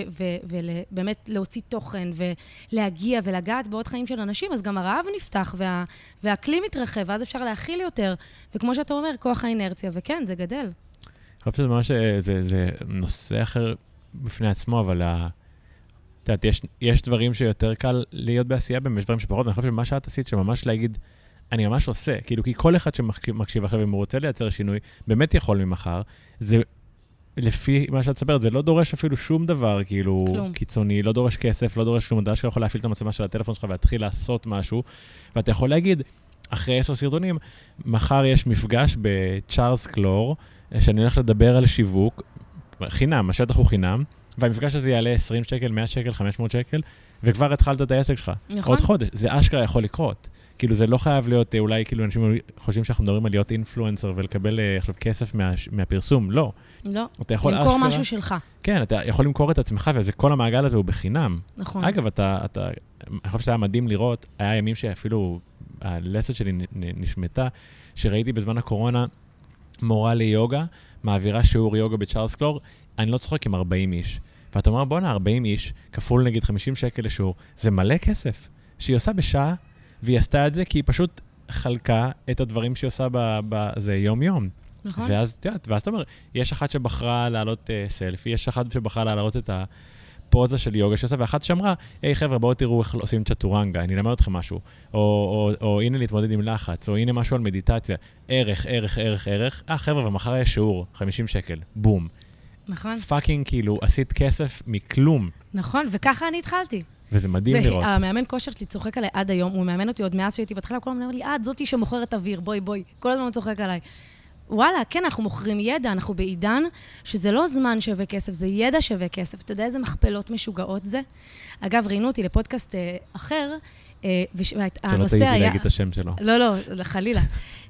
ובאמת להוציא תוכן ולהגיע ולגעת בעוד חיים של אנשים, אז גם הרעב נפתח והכלי מתרחב, ואז אפשר להכיל יותר. וכמו שאתה אומר, כוח האינרציה, וכן, זה גדל. אני חושב שזה ממש, זה נושא אחר בפני עצמו, אבל את יודעת, יש דברים שיותר קל להיות בעשייה בהם, יש דברים שפחות, אני חושב שמה שאת עשית, שממש להגיד, אני ממש עושה, כאילו, כי כל אחד שמקשיב עכשיו, אם הוא רוצה לייצר שינוי, באמת יכול ממחר, זה, לפי מה שאת ספרת, זה לא דורש אפילו שום דבר, כאילו, קיצוני, לא דורש כסף, לא דורש שום דבר, שאתה יכול להפעיל את המצלמה של הטלפון שלך, ולהתחיל לעשות משהו, ואתה יכול להגיד, אחרי 10 סרטונים, מחר יש מפגש בצ'ארלס קלור, שאני הולך לדבר על שיווק, חינם, השטח הוא חינם, והמפגש הזה יעלה 20 שקל, 100 שקל, 500 שקל, וכבר התחלת את העסק שלך. נכון. עוד חודש. זה אשכרה יכול לקרות. כאילו זה לא חייב להיות, אולי כאילו אנשים חושבים שאנחנו מדברים על להיות אינפלואנסר ולקבל עכשיו כסף מהפרסום. לא. לא. אתה יכול למכור משהו שלך. כן, אתה יכול למכור את עצמך, וזה כל המעגל הזה הוא בחינם. נכון. אגב, אני חושב שזה היה מדהים לראות, היה ימים שאפילו הלסת שלי נשמתה, שראיתי בזמן הקורונה מורה ליוגה, מעבירה שיעור יוגה בצ'ארלס קלור, אני לא צוחק עם 40 איש. ואתה אומר, בוא נה, 40 איש, כפול נגיד 50 שקל לשיעור, זה מלא כסף. שהיא עושה בשעה, והיא עשתה את זה כי היא פשוט חלקה את הדברים שהיא עושה בזה יום-יום. נכון. ואז אתה אומר, יש אחת שבחרה לעלות סלפי, יש אחת שבחרה לעלות את הפוזה של יוגה שעושה, ואחת שאמרה, היי חבר'ה, בואו תראו איך עושים צ'טורנגה, אני אלמד אתכם משהו. או הנה להתמודד עם לחץ, או הנה משהו על מדיטציה. ערך. חבר'ה, ומחר יש שיעור, 50 שקל, בום. נכון. פאקינג כאילו, עשית כסף מכלום. נכון, וככה אני התחלתי. וזה מדהים לראות. והמאמן כושר שלי צוחק עליי עד היום, הוא מאמן אותי עוד מאז שהייתי בהתחלה, כל הזמן אומר לי, את זאתי שמוכרת אוויר, בואי. כל הזמן הוא צוחק עליי. וואלה, כן, אנחנו מוכרים ידע, אנחנו בעידן שזה לא זמן שווה כסף, זה ידע שווה כסף. אתה יודע איזה מכפלות משוגעות זה? אגב, ראינו אותי לפודקאסט אחר, והנושא היה... שלא תעיזי להגיד את השם שלו. לא, חלילה.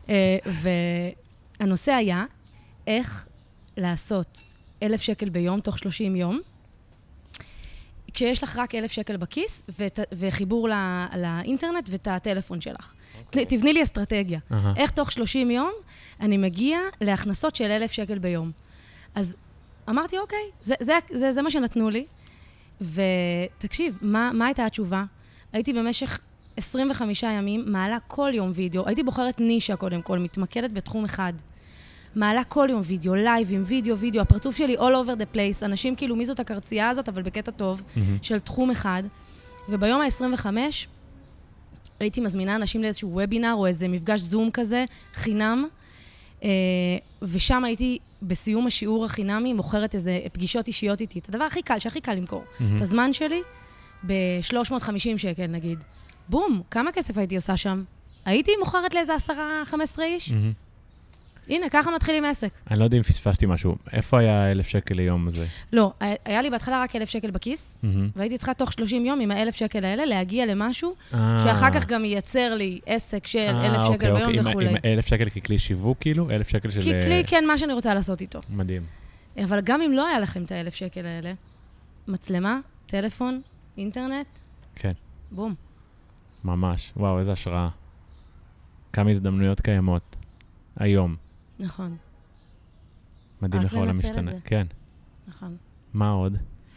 והנושא היה איך לעשות 1,000 שקל ביום, תוך 30 יום, כשיש לך רק 1,000 שקל בכיס, וחיבור לאינטרנט ואת הטלפון שלך. תבני לי אסטרטגיה. איך תוך 30 יום אני מגיע להכנסות של 1,000 שקל ביום. אז אמרתי, אוקיי, זה מה שנתנו לי. ותקשיב, מה הייתה התשובה? הייתי במשך 25 ימים, מעלה כל יום וידאו. הייתי בוחרת נישה קודם כל, מתמקדת בתחום אחד. מעלה כל יום וידאו, לייבים, וידאו, הפרצוף שלי all over the place, אנשים כאילו, מי זאת הקרצייה הזאת, אבל בקטע טוב, של תחום אחד. וביום ה-25, הייתי מזמינה אנשים לאיזשהו וובינר, או איזה מפגש זום כזה, חינם, ושם הייתי בסיום השיעור החינמי, מוכרת איזה פגישות אישיות איתי, את הדבר שהכי קל למכור. את הזמן שלי, ב-350 שקל נגיד. בום, כמה כסף הייתי עושה שם? הייתי מוכרת לאיזה 10-15 איש? הנה, ככה מתחילים עסק. אני לא יודע אם פספסתי משהו. איפה היה 1,000 שקל ליום הזה? לא, היה לי בהתחלה רק 1,000 שקל בכיס, והייתי צריכה תוך 30 יום עם ה-1,000 שקל האלה להגיע למשהו, שאחר כך גם ייצר לי עסק של 1,000 שקל ביום וכו'. עם 1,000 שקל ככלי שיווק כאילו? 1,000 שקל של... ככלי, כן, מה שאני רוצה לעשות איתו. מדהים. אבל גם אם לא היה לכם את ה-1,000 שקל האלה, מצלמה, טלפון, אינטרנט, כן. בום. ממש. וואו, איזה השראה. כמה הזדמנויות קיימות. היום. נכון. מדהים איך העולם משתנה. כן. נכון. מה עוד?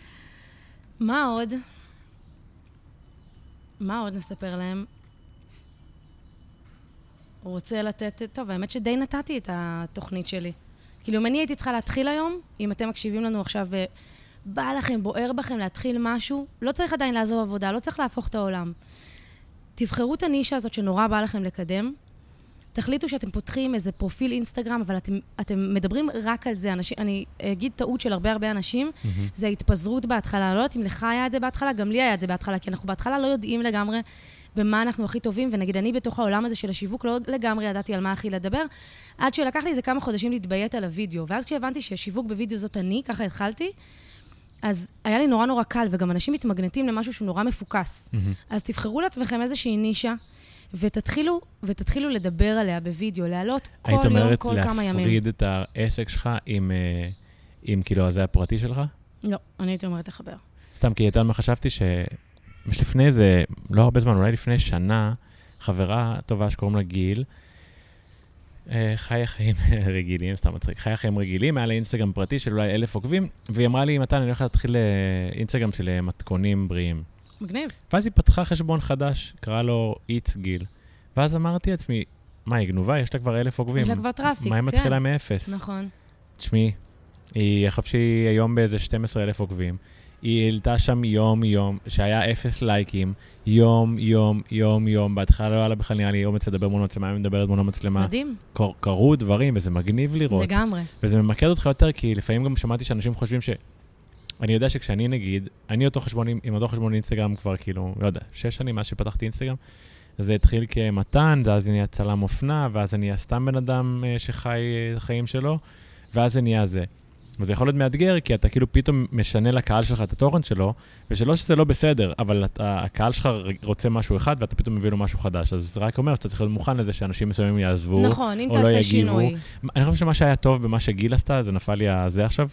מה עוד נספר להם? הוא רוצה לתת... טוב, האמת שדי נתתי את התוכנית שלי. כאילו, אם אני הייתי צריכה להתחיל היום, אם אתם מקשיבים לנו עכשיו ובא לכם, בוער בכם להתחיל משהו, לא צריך עדיין לעזוב עבודה, לא צריך להפוך את העולם. תבחרו את הנישה הזאת שנורא בא לכם לקדם, תחליטו שאתם פותחים איזה פרופיל אינסטגרם, אבל אתם מדברים רק על זה. אני אגיד טעות של הרבה אנשים, זה ההתפזרות בהתחלה. לא יודעת אם לך היה את זה בהתחלה, גם לי היה את זה בהתחלה, כי אנחנו בהתחלה לא יודעים לגמרי במה אנחנו הכי טובים, ונגיד אני בתוך העולם הזה של השיווק לא לגמרי ידעתי על מה הכי לדבר, עד שלקח לי איזה כמה חודשים להתביית על הוידאו, ואז כשהבנתי שהשיווק בוידאו זאת אני, ככה התחלתי, אז היה לי נורא קל, וגם אנשים מתמגנטים למשהו שהוא נורא מפוקס. אז תבחרו לעצמכם איזושהי נישה, ותתחילו לדבר עליה בווידאו, להעלות כל יום, כל כמה ימים. היית אומרת להפריד את העסק שלך עם כאילו הזה הפרטי שלך? לא, אני הייתי אומרת לחבר. סתם, כי יותר מה חשבתי יש לפני זה, לא הרבה זמן, אולי לפני שנה, חברה טובה שקוראים לה גיל, חיה חיים רגילים, סתם מצחיק, חיה חיים רגילים, היה לה אינסטגרם פרטי של אולי 1,000 עוקבים, והיא אמרה לי, מתן, אני הולכת להתחיל אינסטגרם של מתכונים בריאים. מגניב. ואז היא פתחה חשבון חדש, קרא לו איץ גיל. ואז אמרתי לעצמי, מה, היא גנובה? יש לה כבר 1,000 עוקבים. יש לה כבר טראפיק, מה היא מתחילה מאפס? נכון. תשמעי, היא חפשי היום באיזה 12,000 עוקבים. היא העלתה שם יום, שהיה 0 לייקים, יום. בהתחלה לא היה לה בכלל נראה לי אומץ לדבר מול מצלמה, היא מדברת מול המצלמה. מדהים. קרו דברים, וזה מגניב לראות. לגמרי. וזה ממקד אותך יותר, כי לפעמים גם שמעתי שאנשים חושבים אני יודע שכשאני נגיד, אני עם אותו חשבון אינסטגרם כבר כאילו, לא יודע, 6 שנים מאז שפתחתי אינסטגרם, זה התחיל כמתן, ואז זה נהיה צלם אופנה, ואז זה נהיה סתם בן אדם שחי את החיים שלו, ואז זה נהיה זה. וזה יכול להיות מאתגר, כי אתה כאילו פתאום משנה לקהל שלך את התוכן שלו, ושלא שזה לא בסדר, אבל הקהל שלך רוצה משהו אחד, ואתה פתאום מביא לו משהו חדש. אז זה רק אומר שאתה צריך להיות מוכן לזה שאנשים מסוימים יעזבו, נכון, אם או לא תעשה יגיבו. שינוי. אני חושב שמה שהיה טוב במה שגיל עשתה, זה נפל לי הזה עכשיו.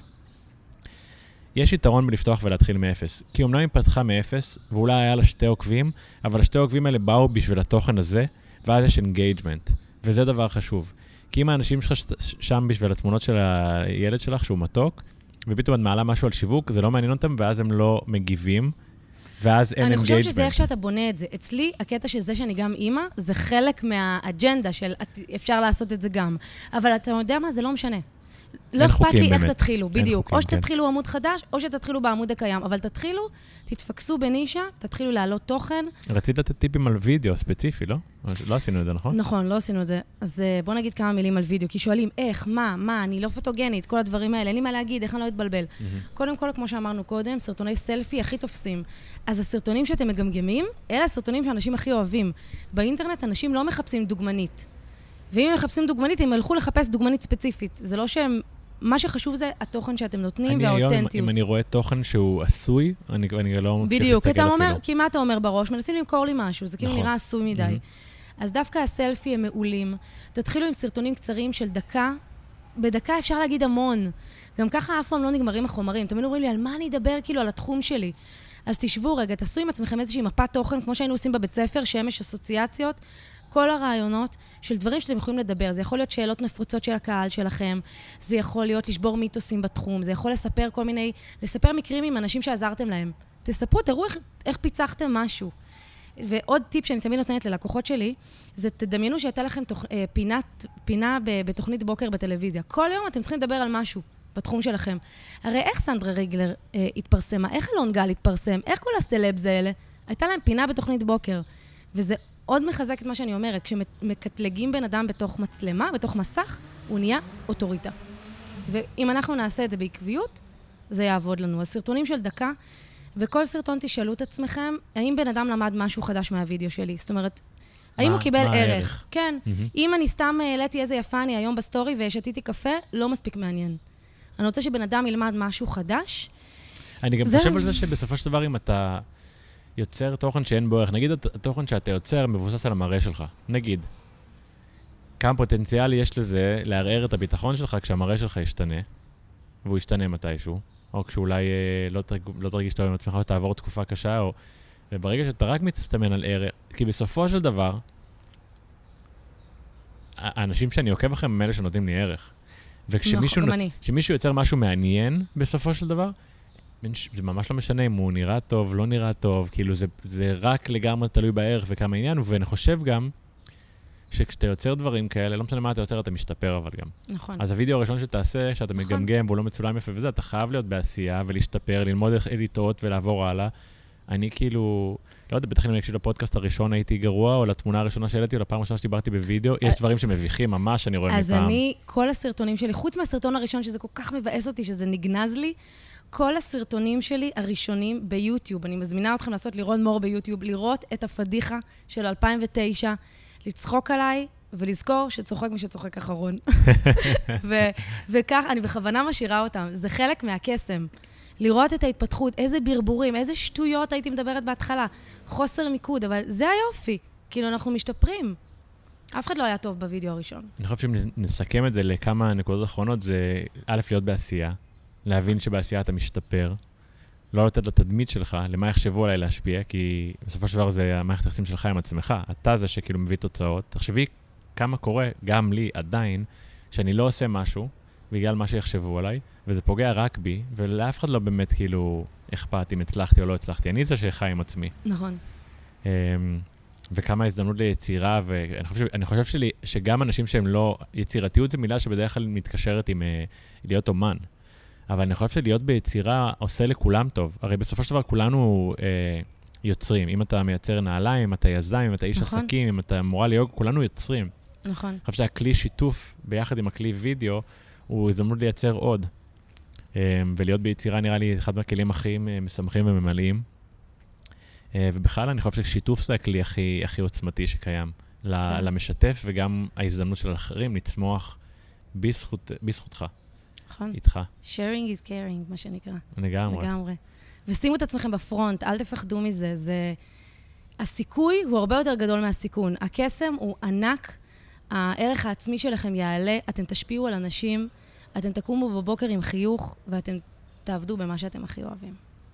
יש יתרון בלפתוח ולהתחיל מאפס. כי אומנם היא פתחה מאפס, ואולי היה לה 2 עוקבים, אבל 2 עוקבים האלה באו בשביל התוכן הזה, ואז יש engagement. וזה דבר חשוב. כי אם האנשים שלך שם בשביל התמונות של הילד שלך, שהוא מתוק, ופתאום את מעלה משהו על שיווק, זה לא מעניין אותם, ואז הם לא מגיבים, ואז אין engagement. אני חושבת שזה איך שאתה בונה את זה. אצלי, הקטע של זה שאני גם אימא, זה חלק מהאג'נדה של אפשר לעשות את זה גם. אבל אתה יודע מה? זה לא משנה. לא אכפת לי איך באמת. תתחילו, בדיוק. חוקים, או שתתחילו עמוד חדש, או שתתחילו בעמוד הקיים. אבל תתחילו, תתפקסו בנישה, תתחילו להעלות תוכן. רצית לתת טיפים על וידאו ספציפי, לא? לא עשינו את זה, נכון? נכון, לא עשינו את זה. אז בוא נגיד כמה מילים על וידאו, כי שואלים איך, מה, אני לא פוטוגנית, כל הדברים האלה, אין לי מה להגיד, איך אני לא אתבלבל. קודם כל, כמו שאמרנו קודם, סרטוני סלפי הכי תופסים. אז הסרטונים שאתם מגמגמים, אלה הסרטונים שאנשים הכי אוהבים. באינטרנט אנשים לא מחפשים דוגמנית. ואם הם מחפשים דוגמנית, הם ילכו לחפש דוגמנית ספציפית. זה לא שהם... מה שחשוב זה התוכן שאתם נותנים והאותנטיות. אני היום, אם אני רואה תוכן שהוא עשוי, אני לא ממשיך בדיוק, להסתכל אפילו. אומר, כי מה אתה אומר בראש? מנסים למכור לי משהו, זה כאילו נראה עשוי מדי. אז דווקא הסלפי הם מעולים. תתחילו עם סרטונים קצרים של דקה. בדקה אפשר להגיד המון. גם ככה אף פעם לא נגמרים החומרים. תמיד אומרים לי, על מה אני אדבר כאילו על התחום שלי? אז תשבו רגע, תעשו עם עצמכם איזושהי מפת תוכן, כמו שהיינו עושים בבית ספר, שמש אסוציאציות. כל הרעיונות של דברים שאתם יכולים לדבר. זה יכול להיות שאלות נפוצות של הקהל שלכם, זה יכול להיות לשבור מיתוסים בתחום, זה יכול לספר מקרים עם אנשים שעזרתם להם. תספרו, תראו איך פיצחתם משהו. ועוד טיפ שאני תמיד נותנת ללקוחות שלי, זה תדמיינו שהייתה לכם פינה בתוכנית בוקר בטלוויזיה. כל יום אתם צריכים לדבר על משהו בתחום שלכם. הרי איך סנדרה ריגלר התפרסמה? איך אלון גל התפרסם? איך כל הסלבס האלה? הייתה להם פינה בתוכנית בוקר. וזה עוד מחזק את מה שאני אומרת, כשמקטלגים בן אדם בתוך מצלמה, בתוך מסך, הוא נהיה אוטוריטה. ואם אנחנו נעשה את זה בעקביות, זה יעבוד לנו. הסרטונים של דקה, וכל סרטון תשאלו את עצמכם, האם בן אדם למד משהו חדש מהווידאו שלי? זאת אומרת, האם הוא קיבל ערך? כן. אם אני סתם העליתי איזה יפה אני היום בסטורי ושתיתי קפה, לא מספיק מעניין. אני רוצה שבן אדם ילמד משהו חדש. אני גם חושב על זה שבסופו של דבר, אם אתה יוצר תוכן שאין בו ערך, נגיד התוכן שאתה יוצר מבוסס על המראה שלך. נגיד, כמה פוטנציאל יש לזה לערער את הביטחון שלך כשהמראה שלך ישתנה, והוא ישתנה מתישהו, או כשאולי לא תרגיש טוב עם עצמך, או תעבור תקופה קשה, וברגע שאתה רק מצטמן על ערך, כי בסופו של דבר, האנשים שאני עוקב אחריהם הם אלה שנותנים לי ערך. וכשמישהו יוצר משהו מעניין בסופו של דבר, זה ממש לא משנה אם הוא נראה טוב, לא נראה טוב, כאילו זה רק לגמרי תלוי בערך וכמה עניין, ואני חושב גם שכשאתה יוצר דברים כאלה, לא משנה מה אתה יוצר, אתה משתפר אבל גם. נכון. אז הווידאו הראשון שתעשה, שאתה מגמגם והוא לא מצולם יפה וזה, אתה חייב להיות בעשייה ולהשתפר, ללמוד איך לטעות ולעבור הלאה. אני כאילו, לא יודע, בטח אם אני לפודקאסט הראשון הייתי גרוע, או לתמונה הראשונה שהעליתי, או לפעם הראשונה שדיברתי בווידאו, יש דברים שמביכים ממש, אני רואה מפעם. אז אני, כל הסרטונים שלי, חוץ מהסרטון הראשון, שזה כל כך מבאס אותי, שזה נגנז לי, כל הסרטונים שלי הראשונים ביוטיוב, אני מזמינה אתכם לעשות לירון מור ביוטיוב, לראות את הפדיחה של 2009, לצחוק עליי ולזכור שצוחק מי שצוחק אחרון. וכך, אני בכוונה משאירה אותם. זה חלק מהקסם. לראות את ההתפתחות, איזה ברבורים, איזה שטויות הייתי מדברת בהתחלה. חוסר מיקוד, אבל זה היופי. כאילו, אנחנו משתפרים. אף אחד לא היה טוב בווידאו הראשון. אני חושב שאם נסכם את זה לכמה נקודות אחרונות, זה א', להיות בעשייה, להבין שבעשייה אתה משתפר, לא לתת לתדמית שלך, למה יחשבו עליי להשפיע, כי בסופו של דבר זה המערכת היחסים שלך עם עצמך. אתה זה שכאילו מביא תוצאות. תחשבי כמה קורה, גם לי עדיין, שאני לא עושה משהו, בגלל מה שיחשבו עליי, וזה פוגע רק בי, ולאף אחד לא באמת כאילו אכפת אם הצלחתי או לא הצלחתי. אני זה שחי עם עצמי. נכון. וכמה הזדמנות ליצירה, ואני חושב שגם אנשים שהם לא, יצירתיות זה מילה שבדרך כלל מתקשרת עם להיות אומן. אבל אני חושב שלהיות ביצירה עושה לכולם טוב. הרי בסופו של דבר כולנו יוצרים. אם אתה מייצר נעליים, אם אתה יזם, אם אתה איש עסקים, אם אתה מורה ליוג, כולנו יוצרים. נכון. אני חושב שהכלי שיתוף ביחד עם הכלי וידאו, הוא הזדמנות לייצר עוד. ולהיות ביצירה נראה לי אחד מהכלים הכי משמחים וממלאים. ובכלל אני חושב ששיתוף זה הכלי הכי עוצמתי שקיים למשתף, וגם ההזדמנות של האחרים לצמוח בזכותך. נכון. איתך. sharing is caring, מה שנקרא. לגמרי. לגמרי. ושימו את עצמכם בפרונט, אל תפחדו מזה. הסיכוי הוא הרבה יותר גדול מהסיכון. הקסם הוא ענק, הערך העצמי שלכם יעלה, אתם תשפיעו על אנשים, אתם תקומו בבוקר עם חיוך, ואתם תעבדו במה שאתם הכי אוהבים.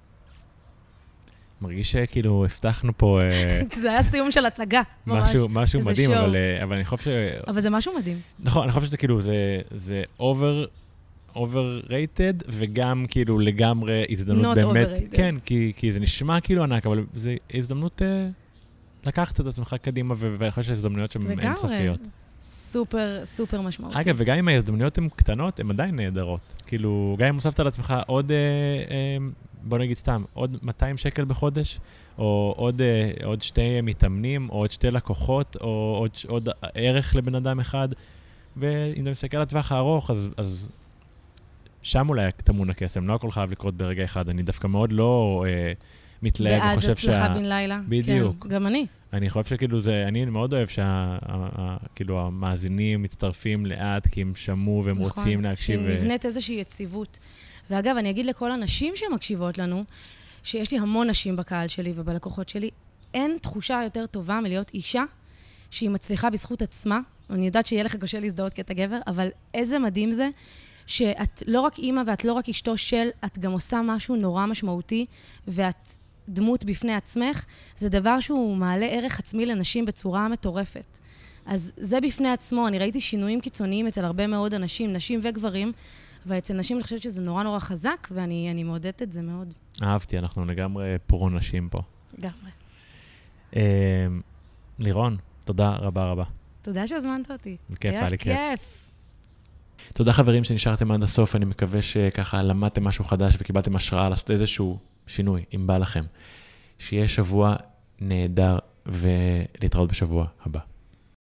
מרגיש שכאילו הבטחנו פה... זה היה סיום של הצגה, ממש. משהו מדהים, אבל אני חושב ש... אבל זה משהו מדהים. נכון, אני חושב שזה כאילו, זה overrated, וגם כאילו לגמרי הזדמנות באמת... כן, כי זה נשמע כאילו ענק, אבל זה הזדמנות לקחת את עצמך קדימה, ואני חושב שהזדמנויות שהן אינסופיות. סופר, סופר משמעותי. אגב, וגם אם ההזדמנויות הן קטנות, הן עדיין נהדרות. כאילו, גם אם הוספת על עצמך עוד, בוא נגיד סתם, עוד 200 שקל בחודש, או עוד 2 מתאמנים, או עוד 2 לקוחות, או עוד ערך לבן אדם אחד, ואם אתה מסתכל על הטווח הארוך, אז שם אולי טמון הקסם, לא הכל חייב לקרות ברגע אחד. אני דווקא מאוד לא מתלהב וחושב בעד הצלחה בן לילה. בדיוק. כן, גם אני. אני חושב שכאילו אני מאוד אוהב כאילו המאזינים מצטרפים לאט, כי הם שמעו והם רוצים להקשיב. שנבנית איזושהי יציבות. ואגב, אני אגיד לכל הנשים שמקשיבות לנו, שיש לי המון נשים בקהל שלי ובלקוחות שלי, אין תחושה יותר טובה מלהיות אישה שהיא מצליחה בזכות עצמה. אני יודעת שיהיה לך קשה להזדהות כי אתה גבר, אבל איזה מדהים זה שאת לא רק אימא ואת לא רק אשתו של, את גם עושה משהו נורא משמעותי, ואת דמות בפני עצמך, זה דבר שהוא מעלה ערך עצמי לנשים בצורה מטורפת. אז זה בפני עצמו, אני ראיתי שינויים קיצוניים אצל הרבה מאוד אנשים, נשים וגברים, אבל אצל נשים אני חושבת שזה נורא נורא חזק, ואני מעודדת את זה מאוד. אהבתי, אנחנו לגמרי פרו נשים פה. לגמרי. לירון, תודה רבה רבה. תודה שהזמנת אותי. בכיף, היה לי כיף. כיף. תודה חברים שנשארתם עד הסוף, אני מקווה שככה למדתם משהו חדש וקיבלתם השראה לעשות איזשהו שינוי, אם בא לכם. שיהיה שבוע נהדר ולהתראות בשבוע הבא.